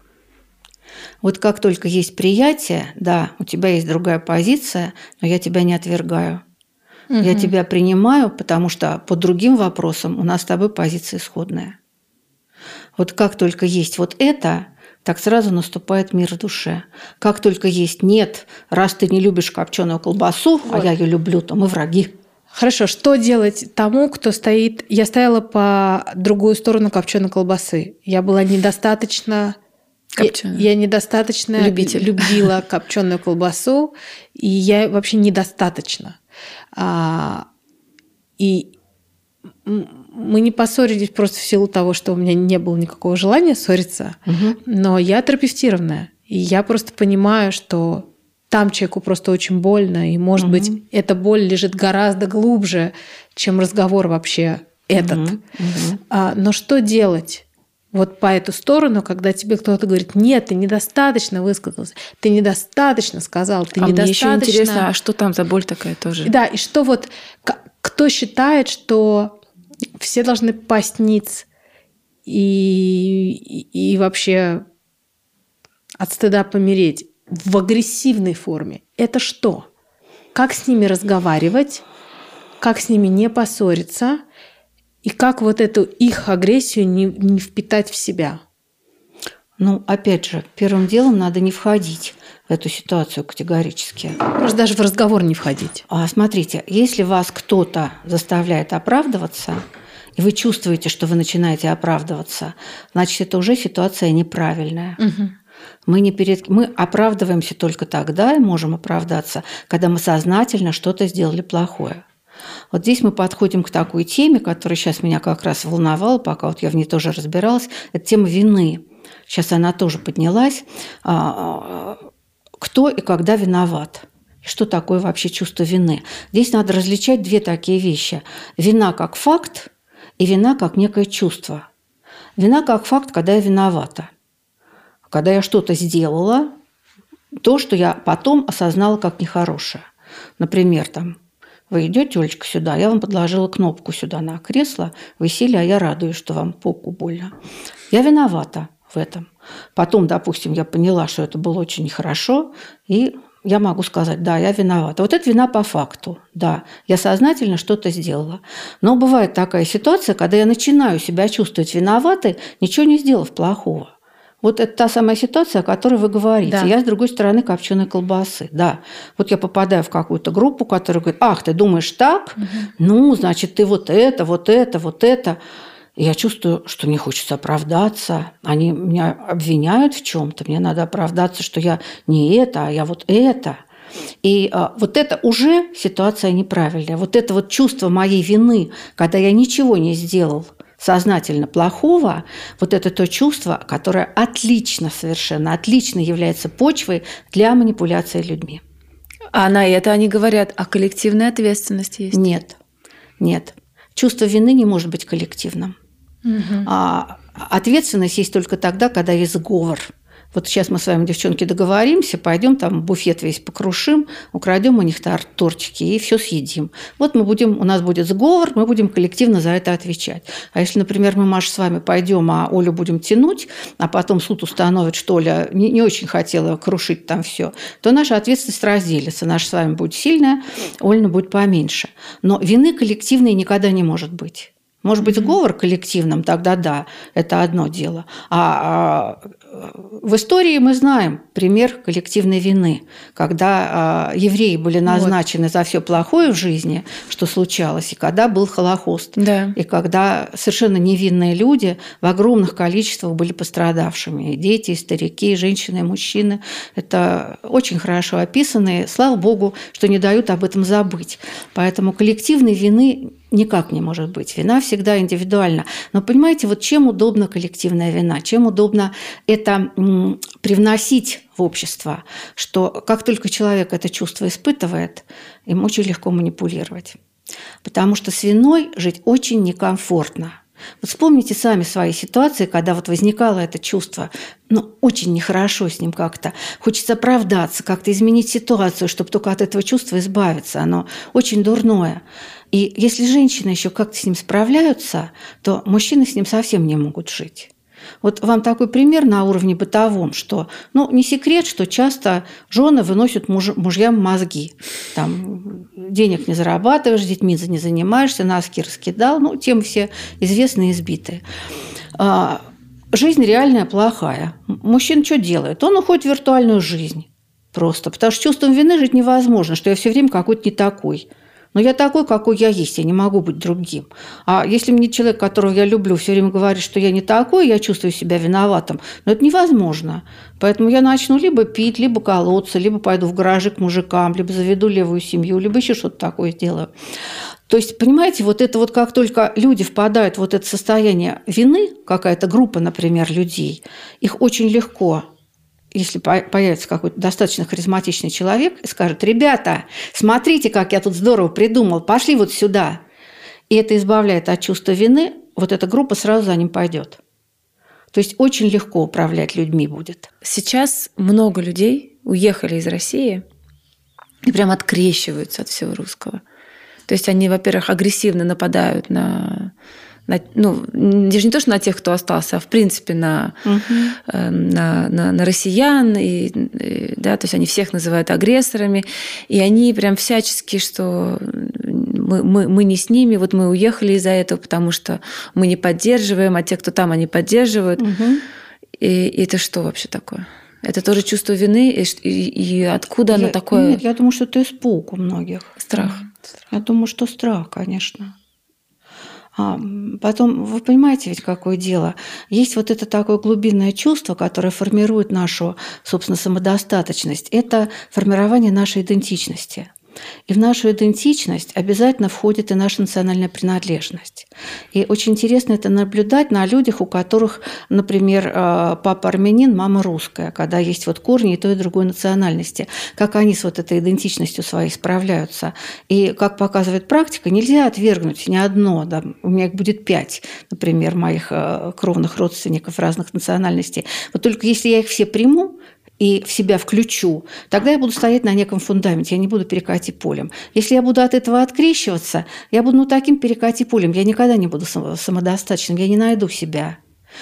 Вот как только есть приятие, да, у тебя есть другая позиция, но я тебя не отвергаю. Угу. Я тебя принимаю, потому что по другим вопросам у нас с тобой позиция исходная. Вот как только есть вот это, так сразу наступает мир в душе. Как только есть «нет», раз ты не любишь копченую колбасу, вот. А я ее люблю, то мы враги. Хорошо, что делать тому, кто стоит... Я стояла по другую сторону копченой колбасы. Я была недостаточно... Копченая. Я, я недостаточно Любитель. любила копченую колбасу, и я вообще недостаточно. А, и мы не поссорились просто в силу того, что у меня не было никакого желания ссориться, угу. Но я терапевтированная, и я просто понимаю, что там человеку просто очень больно, и, может угу. быть, эта боль лежит гораздо глубже, чем разговор вообще этот. Угу. Угу. А, но что делать? Вот по эту сторону, когда тебе кто-то говорит, нет, ты недостаточно высказался, ты недостаточно сказал, ты а недостаточно... мне еще интересно, а что там за боль такая тоже? Да, и что вот, кто считает, что все должны пасть ниц и, и, и вообще от стыда помереть в агрессивной форме, это что? Как с ними разговаривать, как с ними не поссориться, и как вот эту их агрессию не, не впитать в себя? Ну, опять же, первым делом надо не входить в эту ситуацию категорически. Может, даже в разговор не входить. А смотрите, если вас кто-то заставляет оправдываться, и вы чувствуете, что вы начинаете оправдываться, значит, это уже ситуация неправильная. Угу. Мы, не перед... мы оправдываемся только тогда и можем оправдаться, когда мы сознательно что-то сделали плохое. Вот здесь мы подходим к такой теме, которая сейчас меня как раз волновала, пока вот я в ней тоже разбиралась. Это тема вины. Сейчас она тоже поднялась. Кто и когда виноват? И что такое вообще чувство вины? Здесь надо различать две такие вещи. Вина как факт и вина как некое чувство. Вина как факт, когда я виновата. Когда я что-то сделала, то, что я потом осознала как нехорошее. Например, там, вы идете, Олечка, сюда, я вам подложила кнопку сюда на кресло, вы сели, а я радуюсь, что вам попу больно. Я виновата в этом. Потом, допустим, я поняла, что это было очень нехорошо, и я могу сказать, да, я виновата. Вот это вина по факту, да, я сознательно что-то сделала. Но бывает такая ситуация, когда я начинаю себя чувствовать виноватой, ничего не сделав плохого. Вот это та самая ситуация, о которой вы говорите. Да. Я, с другой стороны, копченой колбасы. Да. Вот я попадаю в какую-то группу, которая говорит, ах, ты думаешь так? Угу. Ну, значит, ты вот это, вот это, вот это. И я чувствую, что мне хочется оправдаться. Они меня обвиняют в чем-то. Мне надо оправдаться, что я не это, а я вот это. И а, вот это уже ситуация неправильная. Вот это вот чувство моей вины, когда я ничего не сделал сознательно плохого, вот это то чувство, которое отлично, совершенно отлично является почвой для манипуляции людьми. А на это они говорят, а коллективная ответственность есть? Нет, нет. Чувство вины не может быть коллективным. Угу. А ответственность есть только тогда, когда есть сговор. Вот сейчас мы с вами, девчонки, договоримся, пойдем там буфет весь покрушим, украдем у них тортики и все съедим. Вот мы будем, у нас будет сговор, мы будем коллективно за это отвечать. А если, например, мы, Маша, с вами пойдем, а Олю будем тянуть, а потом суд установит, что Оля не, не очень хотела крушить там все, то наша ответственность разделится. Наша с вами будет сильная, Ольна будет поменьше. Но вины коллективной никогда не может быть. Может быть, сговор коллективным, тогда да, это одно дело. А, а в истории мы знаем пример коллективной вины, когда а, евреи были назначены вот за все плохое в жизни, что случалось, и когда был Холокост, да. И когда совершенно невинные люди в огромных количествах были пострадавшими. И дети, и старики, и женщины, и мужчины. Это очень хорошо описано, и слава богу, что не дают об этом забыть. Поэтому коллективной вины никак не может быть. Вина всегда индивидуальна. Но понимаете, вот чем удобна коллективная вина? Чем удобно это м, привносить в общество? Что как только человек это чувство испытывает, им очень легко манипулировать. Потому что с виной жить очень некомфортно. Вот вспомните сами свои ситуации, когда вот возникало это чувство, ну, очень нехорошо с ним как-то. Хочется оправдаться, как-то изменить ситуацию, чтобы только от этого чувства избавиться. Оно очень дурное. И если женщины еще как-то с ним справляются, то мужчины с ним совсем не могут жить. Вот вам такой пример на уровне бытовом, что, ну, не секрет, что часто жены выносят муж, мужьям мозги. Там, денег не зарабатываешь, детьми не занимаешься, носки раскидал. Ну, тем все известные и избитые. А, жизнь реальная плохая. Мужчина что делает? Он уходит в виртуальную жизнь просто. Потому что чувством вины жить невозможно, что я все время какой-то не такой. Но я такой, какой я есть, я не могу быть другим. А если мне человек, которого я люблю, все время говорит, что я не такой, я чувствую себя виноватым, но это невозможно. Поэтому я начну либо пить, либо колоться, либо пойду в гаражи к мужикам, либо заведу левую семью, либо еще что-то такое сделаю. То есть, понимаете, вот это вот как только люди впадают в вот это состояние вины, какая-то группа, например, людей, их очень легко, если появится какой-то достаточно харизматичный человек и скажет: ребята, смотрите, как я тут здорово придумал, пошли вот сюда. И это избавляет от чувства вины, вот эта группа сразу за ним пойдет. То есть очень легко управлять людьми будет. Сейчас много людей уехали из России и прям открещиваются от всего русского. То есть они, во-первых, агрессивно нападают на... На, ну, даже не то, что на тех, кто остался, а в принципе на, угу. э, на, на, на россиян, и, и, да, то есть они всех называют агрессорами, и они прям всячески, что мы, мы, мы не с ними, вот мы уехали из-за этого, потому что мы не поддерживаем, а те, кто там, они поддерживают. Угу. И, и это что вообще такое? Это тоже чувство вины, и, и, и откуда я, оно такое? Нет, я думаю, что это испуг у многих. Страх. Я думаю, что страх, конечно. А потом, вы понимаете, ведь какое дело? Есть вот это такое глубинное чувство, которое формирует нашу, собственно, самодостаточность. Это формирование нашей идентичности. И в нашу идентичность обязательно входит и наша национальная принадлежность. И очень интересно это наблюдать на людях, у которых, например, папа армянин, мама русская, когда есть вот корни и той, и другой национальности, как они с вот этой идентичностью своей справляются. И, как показывает практика, нельзя отвергнуть ни одно. Да, у меня их будет пять, например, моих кровных родственников разных национальностей. Вот только если я их все приму, и в себя включу, тогда я буду стоять на неком фундаменте, я не буду перекати полем. Если я буду от этого открещиваться, я буду ну, таким перекати полем, я никогда не буду самодостаточным, я не найду себя.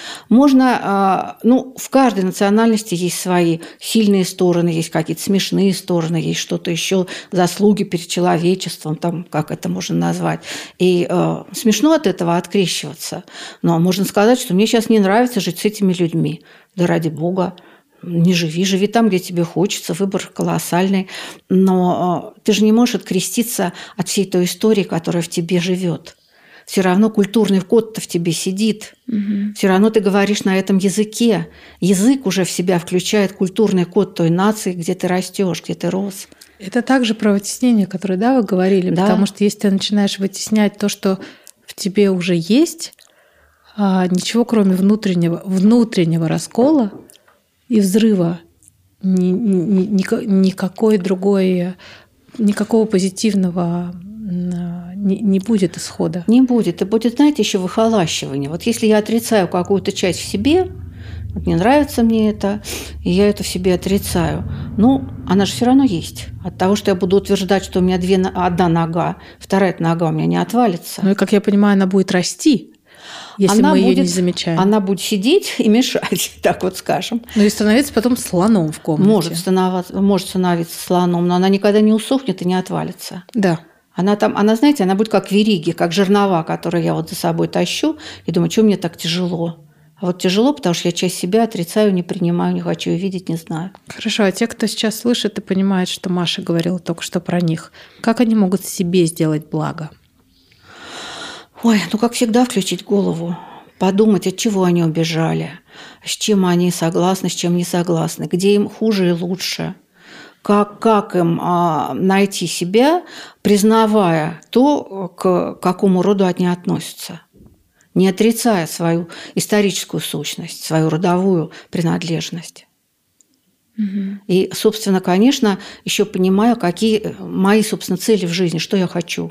Можно, ну, в каждой национальности есть свои сильные стороны, есть какие-то смешные стороны, есть что-то еще, заслуги перед человечеством, там, как это можно назвать. И э, смешно от этого открещиваться. Но можно сказать, что мне сейчас не нравится жить с этими людьми. Да ради бога, не живи, живи там, где тебе хочется, выбор колоссальный. Но э, ты же не можешь откреститься от всей той истории, которая в тебе живет. Все равно культурный код-то в тебе сидит. Угу. Все равно ты говоришь на этом языке. Язык уже в себя включает культурный код той нации, где ты растешь, где ты рос. Это также про вытеснение, которое, да, вы говорили. Да. Потому что если ты начинаешь вытеснять то, что в тебе уже есть, ничего кроме внутреннего, внутреннего раскола и взрыва, ни, ни, ни, никакой другой, никакого позитивного Не, не будет исхода. Не будет. И будет, знаете, еще выхолащивание. Вот если я отрицаю какую-то часть в себе, вот не нравится мне это, и я это в себе отрицаю, ну, она же все равно есть. От того, что я буду утверждать, что у меня две, одна нога, вторая нога у меня не отвалится. Ну и, как я понимаю, она будет расти, если она мы ее будет, не замечаем. Она будет сидеть и мешать, так вот скажем. Ну и становиться потом слоном в комнате. Может становиться, может становиться слоном, но она никогда не усохнет и не отвалится. Да. Она там, она, знаете, она будет как вериги, как жернова, которые я вот за собой тащу, и думаю, что мне так тяжело. А вот тяжело, потому что я часть себя отрицаю, не принимаю, не хочу ее видеть, не знаю. Хорошо, а те, кто сейчас слышит и понимает, что Маша говорила только что про них, как они могут себе сделать благо? Ой, ну, как всегда, включить голову, подумать, от чего они убежали, с чем они согласны, с чем не согласны, где им хуже и лучше. Как, как им а, найти себя, признавая то, к какому роду они относятся, не отрицая свою историческую сущность, свою родовую принадлежность. Угу. И, собственно, конечно, еще понимая, какие мои, собственно, цели в жизни, что я хочу.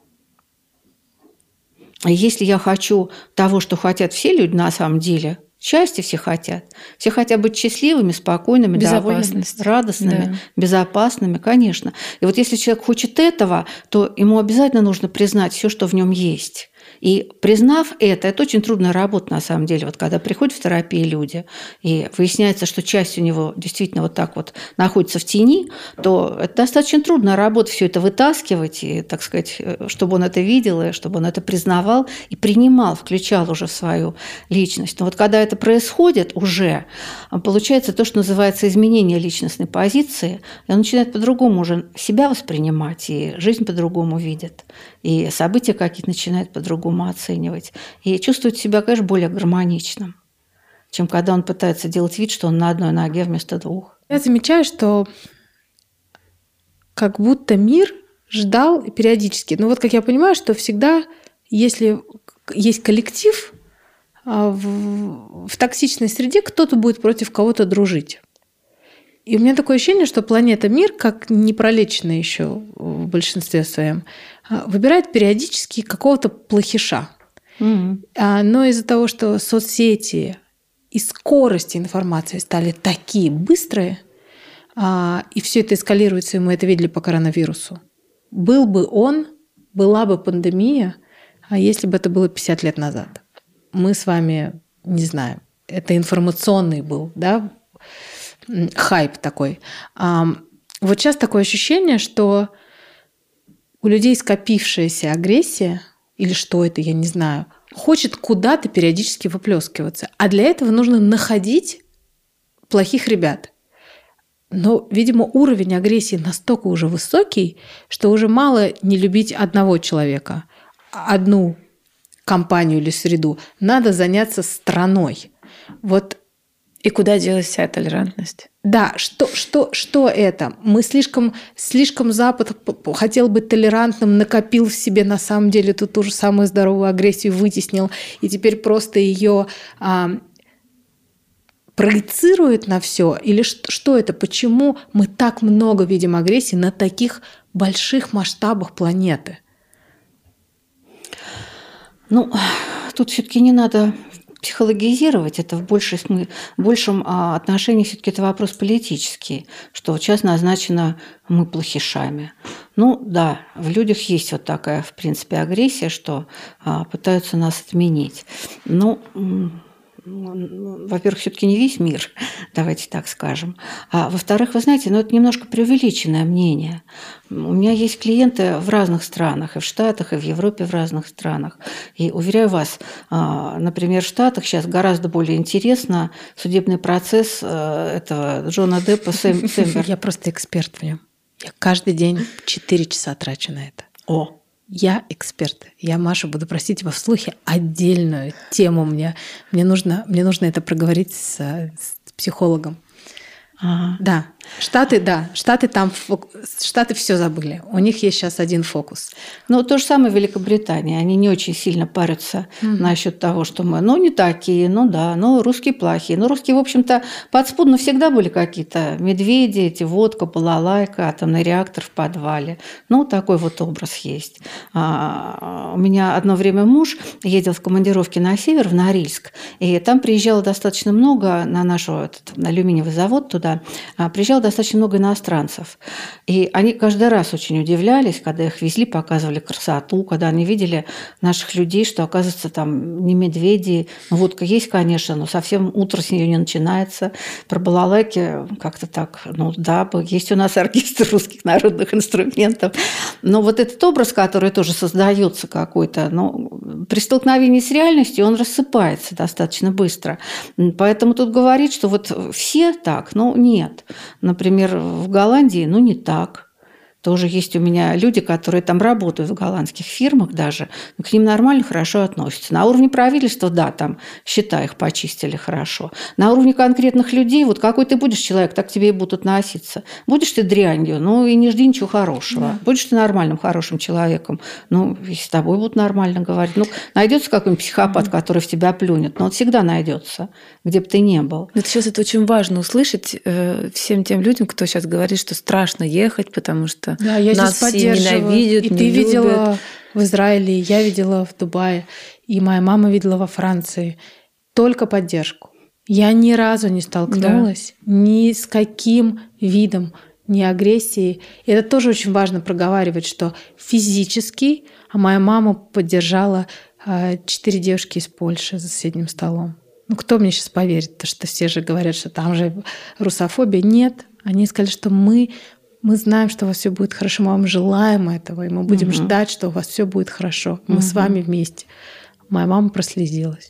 И если я хочу того, что хотят все люди на самом деле, счастья все хотят. Все хотят быть счастливыми, спокойными, довольными, радостными, да. безопасными, конечно. И вот если человек хочет этого, то ему обязательно нужно признать все, что в нем есть. И признав это, это очень трудная работа на самом деле. Вот когда приходят в терапию люди, и выясняется, что часть у него действительно вот так вот находится в тени, то это достаточно трудная работа все это вытаскивать, и, так сказать, чтобы он это видел, и чтобы он это признавал и принимал, включал уже в свою личность. Но вот когда это происходит уже, получается то, что называется изменение личностной позиции, и он начинает по-другому уже себя воспринимать, и жизнь по-другому видит, и события какие-то начинают по-другому оценивать. И чувствует себя, конечно, более гармоничным, чем когда он пытается делать вид, что он на одной ноге вместо двух. Я замечаю, что как будто мир ждал периодически. Ну вот как я понимаю, что всегда, если есть коллектив, в, в токсичной среде кто-то будет против кого-то дружить. И у меня такое ощущение, что планета Мир, как непролеченная еще в большинстве своем, выбирает периодически какого-то плохиша. Mm-hmm. Но из-за того, что соцсети и скорости информации стали такие быстрые, и все это эскалируется, и мы это видели по коронавирусу. Был бы он, была бы пандемия, а если бы это было пятьдесят лет назад? Мы с вами не знаем. Это информационный был, да, хайп такой. Вот сейчас такое ощущение, что у людей скопившаяся агрессия, или что это, я не знаю, хочет куда-то периодически выплескиваться. А для этого нужно находить плохих ребят. Но, видимо, уровень агрессии настолько уже высокий, что уже мало не любить одного человека, одну компанию или среду. Надо заняться страной. Вот. И куда делась вся толерантность? Да, что, что, что это? Мы слишком, слишком Запад хотел быть толерантным, накопил в себе на самом деле ту, ту же самую здоровую агрессию, вытеснил, и теперь просто ее а, проецирует на все. Или что, что это? Почему мы так много видим агрессии на таких больших масштабах планеты? Ну, тут все-таки не надо психологизировать, это в большей смы- в большем а, отношении все-таки это вопрос политический, что вот сейчас назначено мы плохишами. Ну да, в людях есть вот такая, в принципе, агрессия, что а, пытаются нас отменить. Ну, во-первых, все-таки не весь мир, давайте так скажем. А во-вторых, вы знаете, ну это немножко преувеличенное мнение. У меня есть клиенты в разных странах, и в Штатах, и в Европе в разных странах. И уверяю вас, например, в Штатах сейчас гораздо более интересно судебный процесс этого Джона Деппа с Эмбер. Я просто эксперт в нем. Я каждый день четыре часа трачу на это. О! Я эксперт. Я, Маша, буду просить вас вслухе отдельную тему. Мне, мне, нужно, мне нужно это проговорить с, с психологом. Ага. Да. Штаты, да. Штаты там, Штаты все забыли. У них есть сейчас один фокус. Ну, то же самое в Великобритании. Они не очень сильно парятся mm-hmm. насчет того, что мы, ну, не такие, ну да, ну, русские плохие. Ну, русские, в общем-то, подспудно всегда были какие-то медведи, эти водка, балалайка, атомный реактор в подвале. Ну, такой вот образ есть. А, у меня одно время муж ездил в командировке на север, в Норильск, и там приезжало достаточно много на наш этот, на алюминиевый завод туда, приезжало достаточно много иностранцев. И они каждый раз очень удивлялись, когда их везли, показывали красоту, когда они видели наших людей, что, оказывается, там не медведи. Ну, водка есть, конечно, но совсем утро с нее не начинается. Про балалайки как-то так, ну да, есть у нас оркестр русских народных инструментов. Но вот этот образ, который тоже создается какой-то, ну, при столкновении с реальностью он рассыпается достаточно быстро. Поэтому тут говорить, что вот все так, ну, нет. Например, в Голландии, ну, не так. Тоже есть у меня люди, которые там работают в голландских фирмах даже, но к ним нормально, хорошо относятся. На уровне правительства, да, там счета их почистили хорошо. На уровне конкретных людей, вот какой ты будешь человек, так к тебе и будут относиться. Будешь ты дрянью, ну и не жди ничего хорошего. Да. Будешь ты нормальным, хорошим человеком, ну и с тобой будут нормально говорить. Ну, найдется какой-нибудь психопат, mm-hmm. который в тебя плюнет, но он всегда найдется, где бы ты ни был. Вот сейчас это очень важно услышать э, всем тем людям, кто сейчас говорит, что страшно ехать, потому что да, я нас здесь все ненавидят, и не ты любят. Видела в Израиле, я видела в Дубае, и моя мама видела во Франции. Только поддержку. Я ни разу не столкнулась да. ни с каким видом ни агрессии. И это тоже очень важно проговаривать, что физически, а моя мама поддержала четыре девушки из Польши за соседним столом. Ну, кто мне сейчас поверит? Потому что все же говорят, что там же русофобия. Нет. Они сказали, что мы... Мы знаем, что у вас все будет хорошо, мы вам желаем этого, и мы будем угу. ждать, что у вас все будет хорошо. Мы угу. с вами вместе. Моя мама прослезилась.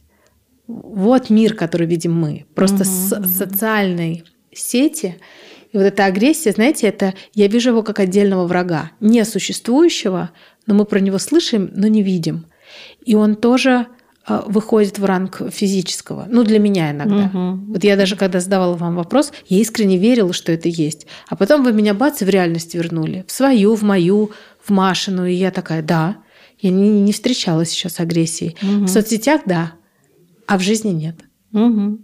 Вот мир, который видим мы. Просто угу. с социальной сети. И вот эта агрессия, знаете, это я вижу его как отдельного врага, не существующего, но мы про него слышим, но не видим. И он тоже выходит в ранг физического. Ну, для меня иногда. Угу. Вот я даже, когда задавала вам вопрос, я искренне верила, что это есть. А потом вы меня, бац, в реальность вернули. В свою, в мою, в Машину. И я такая, да, я не, не встречала сейчас с агрессией. Угу. В соцсетях, да, а в жизни нет. Угу.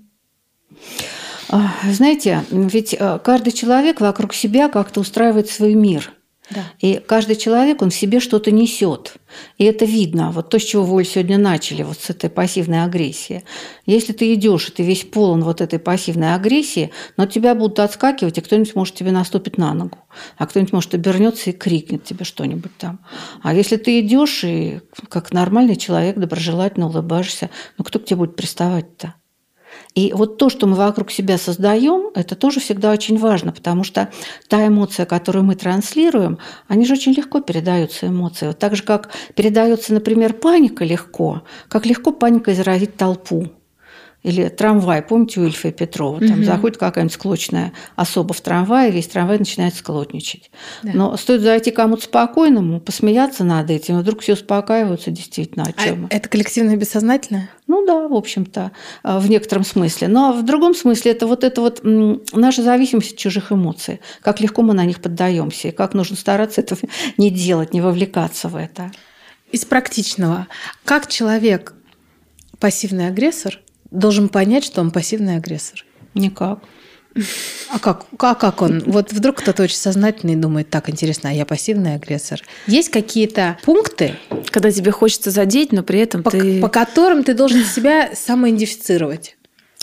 Знаете, ведь каждый человек вокруг себя как-то устраивает свой мир. Да. И каждый человек, он в себе что-то несет. И это видно. Вот то, с чего вы сегодня начали, вот с этой пассивной агрессии. Если ты идешь, и ты весь полон вот этой пассивной агрессии, но тебя будут отскакивать, и кто-нибудь может тебе наступить на ногу. А кто-нибудь может обернется и крикнет тебе что-нибудь там. А если ты идешь и как нормальный человек, доброжелательно улыбаешься, ну кто к тебе будет приставать-то? И вот то, что мы вокруг себя создаем, это тоже всегда очень важно, потому что та эмоция, которую мы транслируем, они же очень легко передаются эмоции. Вот так же, как передается, например, паника легко, как легко паника заразить толпу. Или трамвай, помните, у Ильфа и Петрова, там угу. заходит какая-нибудь склочная особа в трамвай, и весь трамвай начинает склотничать. Да. Но стоит зайти кому-то спокойному, посмеяться над этим, и вдруг все успокаиваются действительно о чем. А это коллективное бессознательное? Ну да, в общем-то, в некотором смысле. Но в другом смысле это вот это вот наша зависимость от чужих эмоций. Как легко мы на них поддаемся, и как нужно стараться этого не делать, не вовлекаться в это. Из практичного. Как человек, пассивный агрессор, должен понять, что он пассивный агрессор? Никак. А как, а как он? Вот вдруг кто-то очень сознательный думает, так, интересно, а я пассивный агрессор. Есть какие-то пункты, Когда тебе хочется задеть, но при этом по, ты... по которым ты должен себя самоидентифицировать?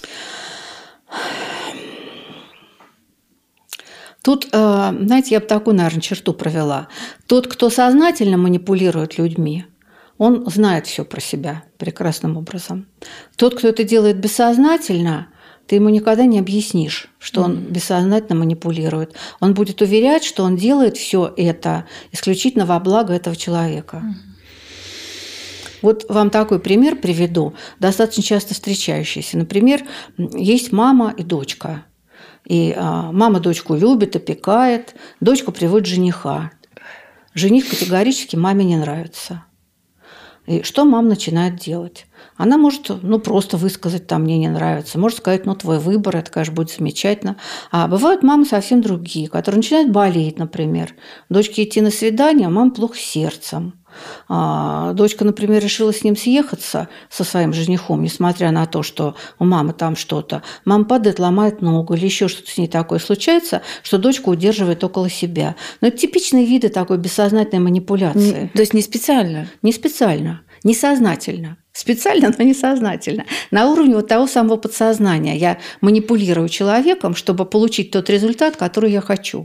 Тут, знаете, я бы такую, наверное, черту провела. Тот, кто сознательно манипулирует людьми, он знает все про себя прекрасным образом. Тот, кто это делает бессознательно, ты ему никогда не объяснишь, что он бессознательно манипулирует. Он будет уверять, что он делает все это исключительно во благо этого человека. Вот вам такой пример приведу, достаточно часто встречающийся. Например, есть мама и дочка. И а, мама дочку любит, опекает, дочка приводит жениха. Жених категорически маме не нравится. И что мама начинает делать? Она может, ну, просто высказать, там, мне не нравится. Может сказать, ну, твой выбор, это, конечно, будет замечательно. А бывают мамы совсем другие, которые начинают болеть, например. Дочке идти на свидание, а мама плохо с сердцем. А, дочка, например, решила с ним съехаться, со своим женихом, несмотря на то, что у мамы там что-то. Мама падает, ломает ногу или еще что-то с ней такое случается, что дочка удерживает около себя. Но это типичные виды такой бессознательной манипуляции. Не- то есть не специально? Не специально, несознательно. Специально, но несознательно. На уровне вот того самого подсознания. Я манипулирую человеком, чтобы получить тот результат, который я хочу.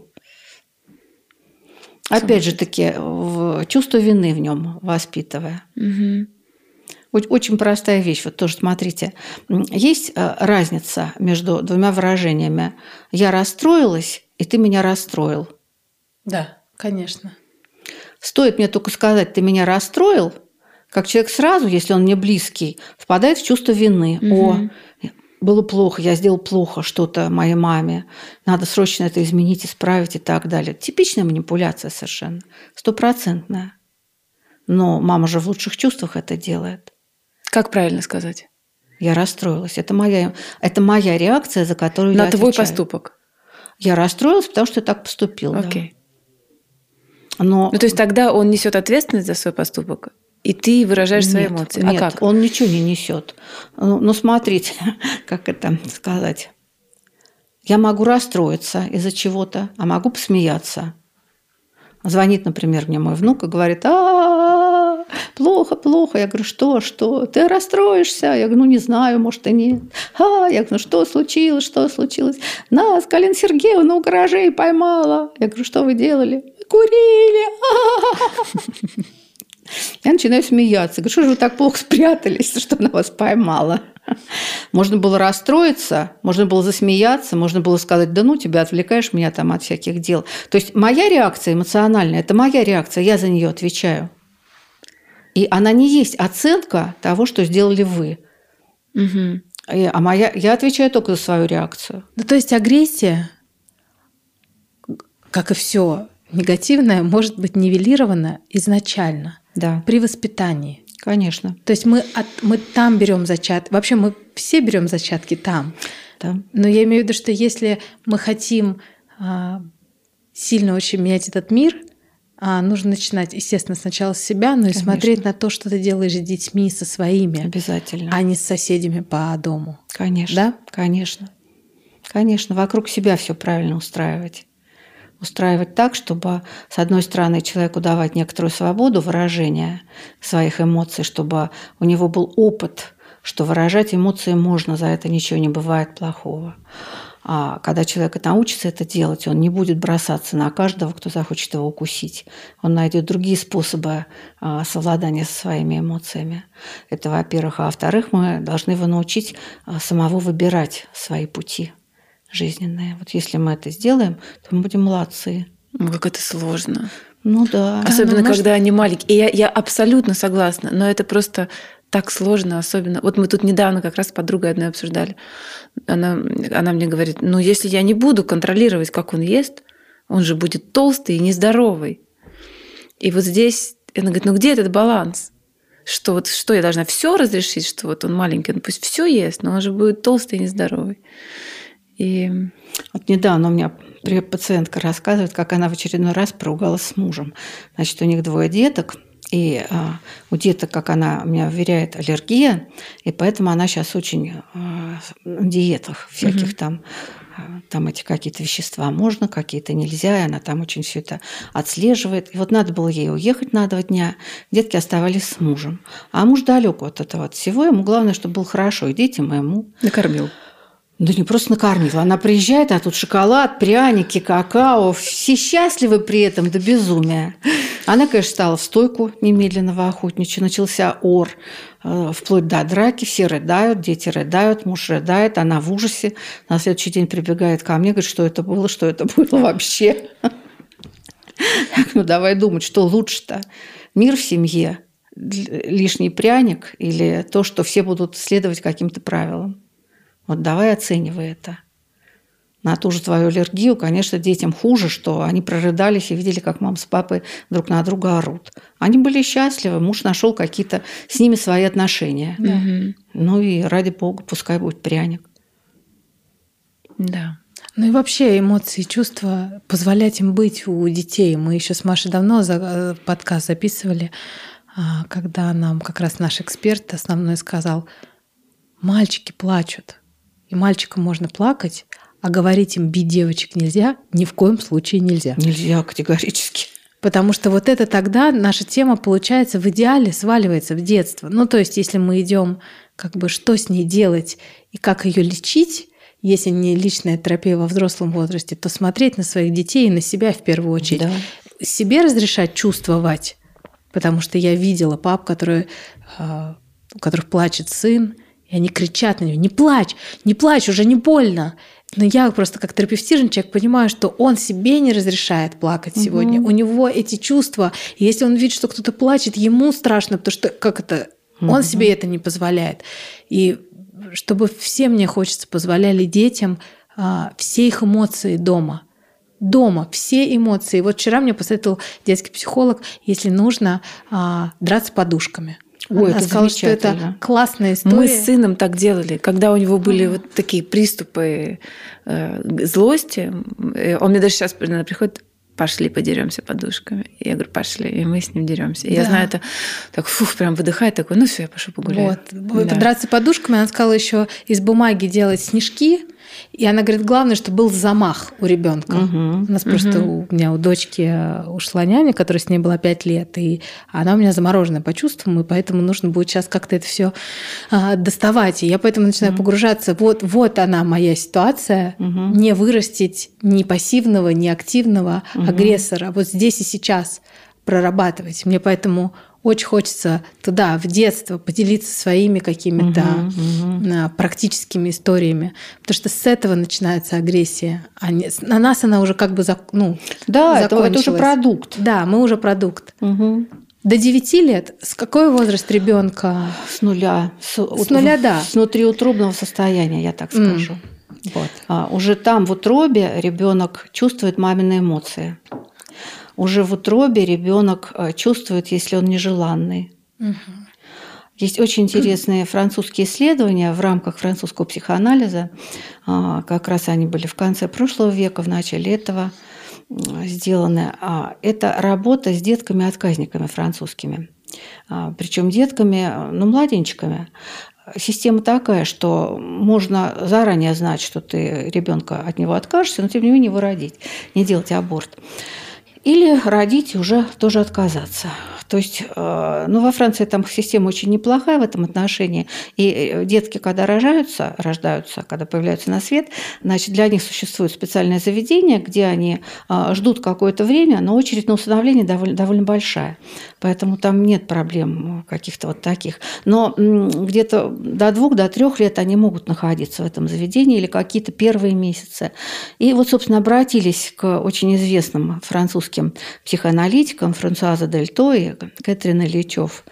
Опять же таки, чувство вины в нем воспитывая. Угу. Очень простая вещь. Вот тоже смотрите. Есть разница между двумя выражениями. Я расстроилась, и ты меня расстроил. Да, конечно. Стоит мне только сказать, ты меня расстроил, как человек сразу, если он мне близкий, впадает в чувство вины. Угу. О, было плохо, я сделал плохо что-то моей маме, надо срочно это изменить, исправить и так далее. Типичная манипуляция совершенно, стопроцентная. Но мама же в лучших чувствах это делает. Как правильно сказать? Я расстроилась. Это моя, это моя реакция, за которую На я твой отвечаю. поступок? Я расстроилась, потому что я так поступила. Окей. Да. Но... Ну, то есть тогда он несет ответственность за свой поступок, и ты выражаешь свои нет, эмоции. Нет, а как? Он ничего не несет. Ну, ну, смотрите, как это сказать. Я могу расстроиться из-за чего-то, а могу посмеяться. Звонит, например, мне мой внук и говорит: а плохо, плохо. Я говорю: что, что? Ты расстроишься? Я говорю: ну, не знаю, может, и нет. А, я говорю: ну, что случилось, что случилось? Нас Галина Сергеевна у гаражей поймала. Я говорю: что вы делали? Курили. Я начинаю смеяться. Говорю: что же вы так плохо спрятались, что она вас поймала? Можно было расстроиться, можно было засмеяться, можно было сказать: да ну, тебя отвлекаешь меня там от всяких дел. То есть моя реакция эмоциональная – это моя реакция, я за нее отвечаю. И она не есть оценка того, что сделали вы. Угу. А моя, я отвечаю только за свою реакцию. Ну, то есть агрессия, как и все негативное, может быть нивелирована изначально, Да, при воспитании. конечно. То есть мы, от, мы там берем зачатки. Вообще мы все берем зачатки там. Да. Но я имею в виду, что если мы хотим а, сильно очень менять этот мир, а, нужно начинать, естественно, сначала с себя, но и Конечно. смотреть на то, что ты делаешь с детьми, со своими, Обязательно. а не с соседями по дому. Конечно. Да? Конечно. Конечно. Вокруг себя все правильно устраивать. Устраивать так, чтобы, с одной стороны, человеку давать некоторую свободу выражения своих эмоций, чтобы у него был опыт, что выражать эмоции можно, за это ничего не бывает плохого. А когда человек научится это делать, он не будет бросаться на каждого, кто захочет его укусить. Он найдет другие способы совладания со своими эмоциями. Это, во-первых. А во-вторых, мы должны его научить самого выбирать свои пути жизненные. Вот если мы это сделаем, то мы будем молодцы. Ну, как это сложно. Ну да. Особенно, ну, может... когда они маленькие. И я, я абсолютно согласна, но это просто так сложно, особенно. Вот мы тут недавно как раз с подругой одной обсуждали. Она, она мне говорит: ну, если я не буду контролировать, как он ест, он же будет толстый и нездоровый. И вот здесь она говорит: ну где этот баланс? Что вот что я должна все разрешить, что вот он маленький, он пусть все ест, но он же будет толстый и нездоровый. И... Вот недавно у меня пациентка рассказывает, как она в очередной раз поругалась с мужем. Значит, у них двое деток, и а, у деток, как она меня уверяет, аллергия, и поэтому она сейчас очень а, на диетах всяких угу. там там эти какие-то вещества можно, какие-то нельзя, и она там очень все это отслеживает. И вот надо было ей уехать на два дня, детки оставались с мужем. А муж далек от этого от всего, ему главное, чтобы было хорошо и детям, и ему. Накормил. Да не просто накормила. Она приезжает, а тут шоколад, пряники, какао. Все счастливы при этом до безумия. Она, конечно, стала в стойку немедленного охотничья. Начался ор, э, вплоть до драки. Все рыдают, дети рыдают, муж рыдает. Она в ужасе. На следующий день прибегает ко мне, говорит, что это было, что это было вообще. Ну, давай думать, что лучше-то. Мир в семье, лишний пряник или то, что все будут следовать каким-то правилам. Вот давай оценивай это. На ту же твою аллергию, конечно, детям хуже, что они прорыдались и видели, как мама с папой друг на друга орут. Они были счастливы, муж нашел какие-то с ними свои отношения. Да. Ну и ради бога, пускай будет пряник. Да. Ну и вообще эмоции и чувства, позволять им быть у детей. Мы еще с Машей давно за подкаст записывали, когда нам как раз наш эксперт основной сказал, мальчики плачут. И мальчикам можно плакать, а говорить им «бить девочек» нельзя, ни в коем случае нельзя. Нельзя категорически. Потому что вот это тогда наша тема, получается, в идеале сваливается в детство. Ну, то есть, если мы идем, как бы, что с ней делать и как ее лечить, если не личная терапия во взрослом возрасте, то смотреть на своих детей и на себя в первую очередь. Да. Себе разрешать чувствовать, потому что я видела пап, которые, у которых плачет сын, и они кричат на него: не плачь, не плачь, уже не больно. Но я просто как терапевтичный человек понимаю, что он себе не разрешает плакать сегодня. Угу. У него эти чувства, и если он видит, что кто-то плачет, ему страшно, потому что как это, угу. он себе это не позволяет. И чтобы все, мне хочется, позволяли детям а, все их эмоции дома. Дома, все эмоции. Вот вчера мне посоветовал детский психолог, если нужно, а, драться подушками. Ой, Она это сказала, что это классная история. Мы с сыном так делали, когда у него были вот такие приступы э, злости. Он мне даже сейчас приходит: пошли подеремся подушками. И я говорю: пошли, и мы с ним деремся. И да. Я знаю, это так, фух, прям выдыхает, такой: ну все, я пошел погуляю. Вот. Да. Драться подушками, она сказала еще из бумаги делать снежки. И она говорит, главное, чтобы был замах у ребенка. Угу. У нас угу. просто у меня у дочки ушла няня, которая с ней была пять лет, и она у меня замороженная по чувствам, и поэтому нужно будет сейчас как-то это все а, доставать. И я поэтому начинаю угу. погружаться. Вот, вот она моя ситуация. Угу. Не вырастить ни пассивного, ни активного угу. агрессора. Вот здесь и сейчас прорабатывать. Мне поэтому очень хочется туда, в детство, поделиться своими какими-то uh-huh, uh-huh. практическими историями. Потому что с этого начинается агрессия. А не, на нас она уже как бы ну, да, это, это уже продукт. Да, мы уже продукт. Uh-huh. До девяти лет с какой возраст ребенка? С нуля. С, с нуля, да. С внутриутробного состояния, я так скажу. Mm. Вот. А, уже там в утробе ребенок чувствует мамины эмоции. Уже в утробе ребенок чувствует, если он нежеланный. Угу. Есть очень интересные французские исследования в рамках французского психоанализа. Как раз они были в конце прошлого века, в начале этого сделаны. Это работа с детками-отказниками французскими. Причем детками, ну, младенчиками. Система такая, что можно заранее знать, что ты ребенка от него откажешься, но тем не менее его родить, не делать аборт. Или родить и уже тоже отказаться. То есть, ну, во Франции там система очень неплохая в этом отношении. И детки, когда рожаются, рождаются, когда появляются на свет, значит, для них существует специальное заведение, где они ждут какое-то время, но очередь на усыновление довольно, довольно большая. Поэтому там нет проблем каких-то вот таких. Но где-то до двух, до трех лет они могут находиться в этом заведении или какие-то первые месяцы. И вот, собственно, обратились к очень известным французским психоаналитикам Франсуаза Дельто и Кэтрин Ильичёв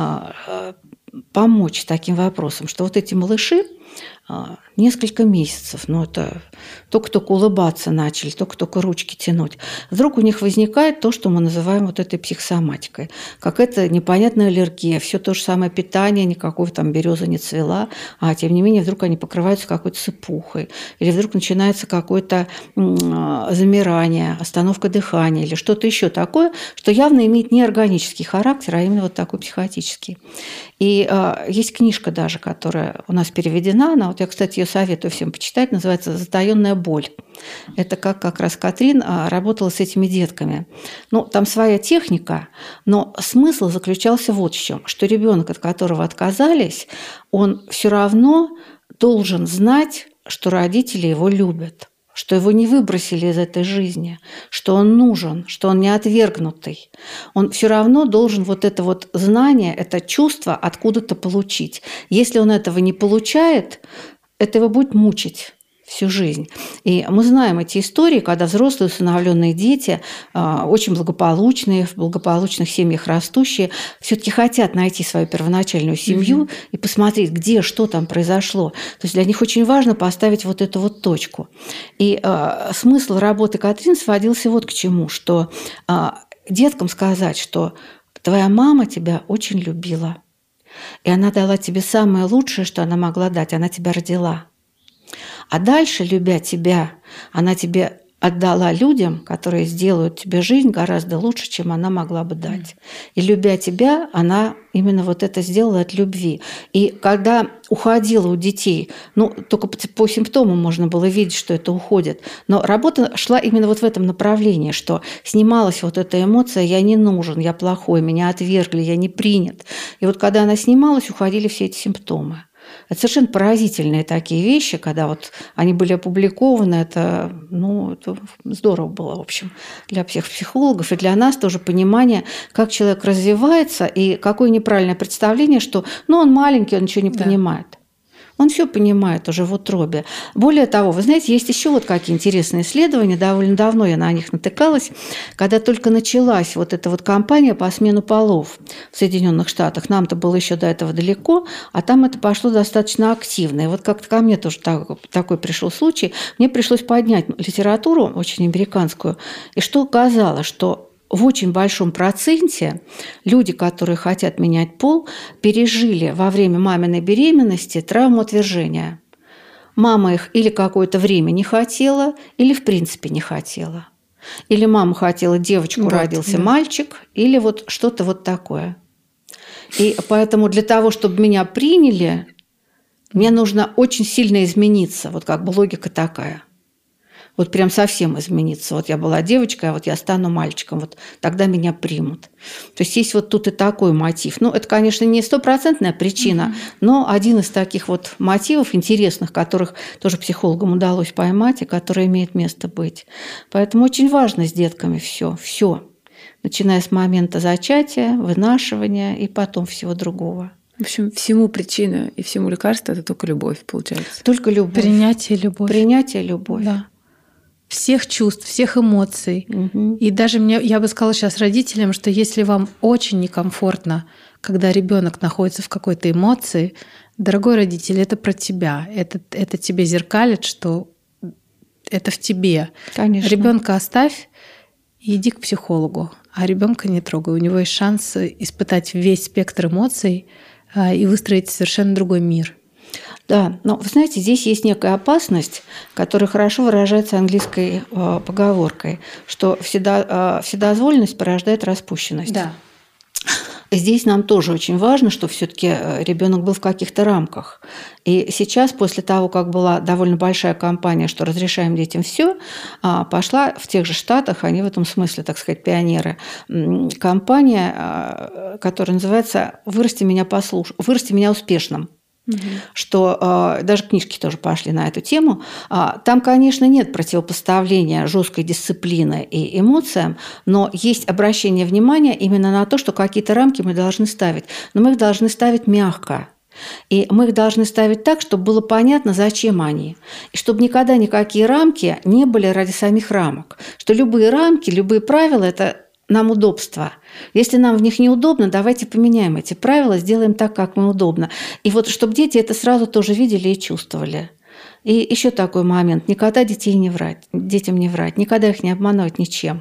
помочь таким вопросам, что вот эти малыши несколько месяцев, ну это только-только улыбаться начали, только-только ручки тянуть. Вдруг у них возникает то, что мы называем вот этой психосоматикой. Какая-то непонятная аллергия, все то же самое питание, никакой там береза не цвела, а тем не менее вдруг они покрываются какой-то сыпухой, или вдруг начинается какое-то замирание, остановка дыхания, или что-то еще такое, что явно имеет не органический характер, а именно вот такой психотический. И э, есть книжка даже, которая у нас переведена. Она, вот я, кстати, ее советую всем почитать. Называется «Затаённая боль». Это как как раз Катрин э, работала с этими детками. Ну, там своя техника, но смысл заключался вот в чем, что ребенок, от которого отказались, он все равно должен знать, что родители его любят, что его не выбросили из этой жизни, что он нужен, что он не отвергнутый. Он все равно должен вот это вот знание, это чувство откуда-то получить. Если он этого не получает, это его будет мучить всю жизнь. И мы знаем эти истории, когда взрослые усыновленные дети, очень благополучные, в благополучных семьях растущие, все-таки хотят найти свою первоначальную семью mm-hmm. и посмотреть, где, что там произошло. То есть для них очень важно поставить вот эту вот точку. И э, смысл работы Катрин сводился вот к чему, что э, деткам сказать, что твоя мама тебя очень любила, и она дала тебе самое лучшее, что она могла дать, она тебя родила. А дальше, любя тебя, она тебе отдала людям, которые сделают тебе жизнь гораздо лучше, чем она могла бы дать. И любя тебя, она именно вот это сделала от любви. И когда уходила у детей, ну, только по, по симптомам можно было видеть, что это уходит, но работа шла именно вот в этом направлении, что снималась вот эта эмоция «я не нужен, я плохой, меня отвергли, я не принят». И вот когда она снималась, уходили все эти симптомы. Это совершенно поразительные такие вещи, когда вот они были опубликованы, это, ну, это здорово было, в общем, для всех психологов и для нас тоже понимание, как человек развивается и какое неправильное представление, что, ну, он маленький, он ничего не да. понимает. Он все понимает уже в утробе. Более того, вы знаете, есть еще вот какие интересные исследования, довольно давно я на них натыкалась, когда только началась вот эта вот кампания по смену полов в Соединенных Штатах. Нам-то было еще до этого далеко, а там это пошло достаточно активно. И вот как-то ко мне тоже так, такой пришел случай. Мне пришлось поднять литературу, очень американскую, и что оказалось, что в очень большом проценте люди, которые хотят менять пол, пережили во время маминой беременности травму отвержения. Мама их или какое-то время не хотела, или в принципе не хотела. Или мама хотела девочку, вот, родился да. мальчик, или вот что-то вот такое. И поэтому для того, чтобы меня приняли, мне нужно очень сильно измениться. Вот как бы логика такая. Вот прям совсем измениться. Вот я была девочкой, а вот я стану мальчиком. Вот тогда меня примут. То есть есть вот тут и такой мотив. Ну, это, конечно, не стопроцентная причина, mm-hmm. но один из таких вот мотивов интересных, которых тоже психологам удалось поймать и которые имеют место быть. Поэтому очень важно с детками все, все, начиная с момента зачатия, вынашивания и потом всего другого. В общем, всему причина и всему лекарство – это только любовь, получается. Только любовь. Принятие, любовь. Принятие, любовь. Да. Всех чувств, всех эмоций. Угу. И даже мне, я бы сказала сейчас родителям, что если вам очень некомфортно, когда ребенок находится в какой-то эмоции, дорогой родитель, это про тебя. Это, это тебе зеркалит, что это в тебе. Конечно. Ребенка оставь и иди к психологу, а ребенка не трогай. У него есть шанс испытать весь спектр эмоций и выстроить совершенно другой мир. Да, но вы знаете, здесь есть некая опасность, которая хорошо выражается английской э, поговоркой, что вседо, э, вседозволенность порождает распущенность. Да. Здесь нам тоже очень важно, чтобы все-таки ребенок был в каких-то рамках. И сейчас, после того, как была довольно большая кампания, что разрешаем детям все, пошла в тех же Штатах, они в этом смысле, так сказать, пионеры, кампания, которая называется «Вырасти меня послуш... «Вырасти меня успешным». Угу. Что э, даже книжки тоже пошли на эту тему. А, там, конечно, нет противопоставления жесткой дисциплины и эмоциям, но есть обращение внимания именно на то, что какие-то рамки мы должны ставить. Но мы их должны ставить мягко. И мы их должны ставить так, чтобы было понятно, зачем они. И чтобы никогда никакие рамки не были ради самих рамок. Что любые рамки, любые правила – это нам удобство. Если нам в них неудобно, давайте поменяем эти правила, сделаем так, как мы удобно. И вот чтобы дети это сразу тоже видели и чувствовали. И еще такой момент. Никогда детей не врать, детям не врать, никогда их не обманывать ничем.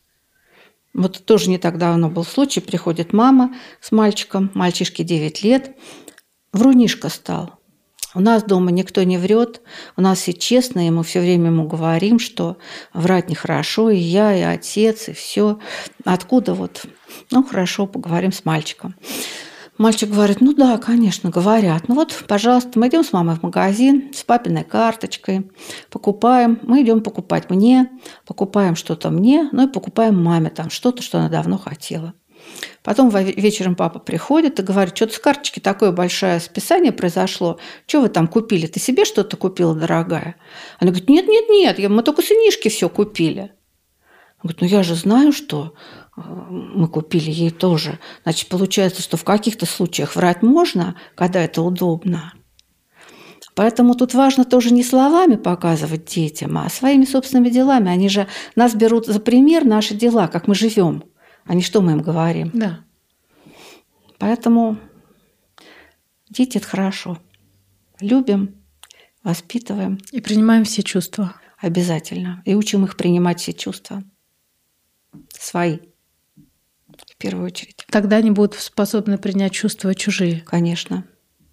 Вот тоже не так давно был случай. Приходит мама с мальчиком, мальчишке девять лет. Врунишка стал. У нас дома никто не врет, у нас все честно, и мы все время ему говорим, что врать нехорошо, и я, и отец, и все. Откуда вот? Ну, хорошо, поговорим с мальчиком. Мальчик говорит, ну да, конечно, говорят. Ну вот, пожалуйста, мы идем с мамой в магазин с папиной карточкой, покупаем. Мы идем покупать мне, покупаем что-то мне, ну и покупаем маме там что-то, что она давно хотела. Потом вечером папа приходит и говорит, что-то с карточки такое большое списание произошло. Что вы там купили? Ты себе что-то купила, дорогая? Она говорит, нет, нет, нет, мы только сынишке все купили. Он говорит, ну я же знаю, что мы купили ей тоже. Значит, получается, что в каких-то случаях врать можно, когда это удобно. Поэтому тут важно тоже не словами показывать детям, а своими собственными делами. Они же нас берут за пример наши дела, как мы живем, а не что мы им говорим. Да. Поэтому дети – это хорошо. Любим, воспитываем. И принимаем все чувства. Обязательно. И учим их принимать все чувства. Свои. В первую очередь. Тогда они будут способны принять чувства чужие. Конечно.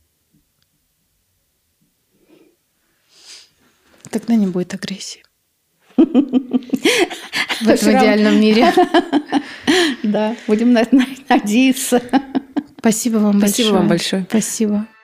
Тогда не будет агрессии. В этом идеальном мире. Да, будем на это надеяться. Спасибо вам большое. Спасибо вам большое. Спасибо.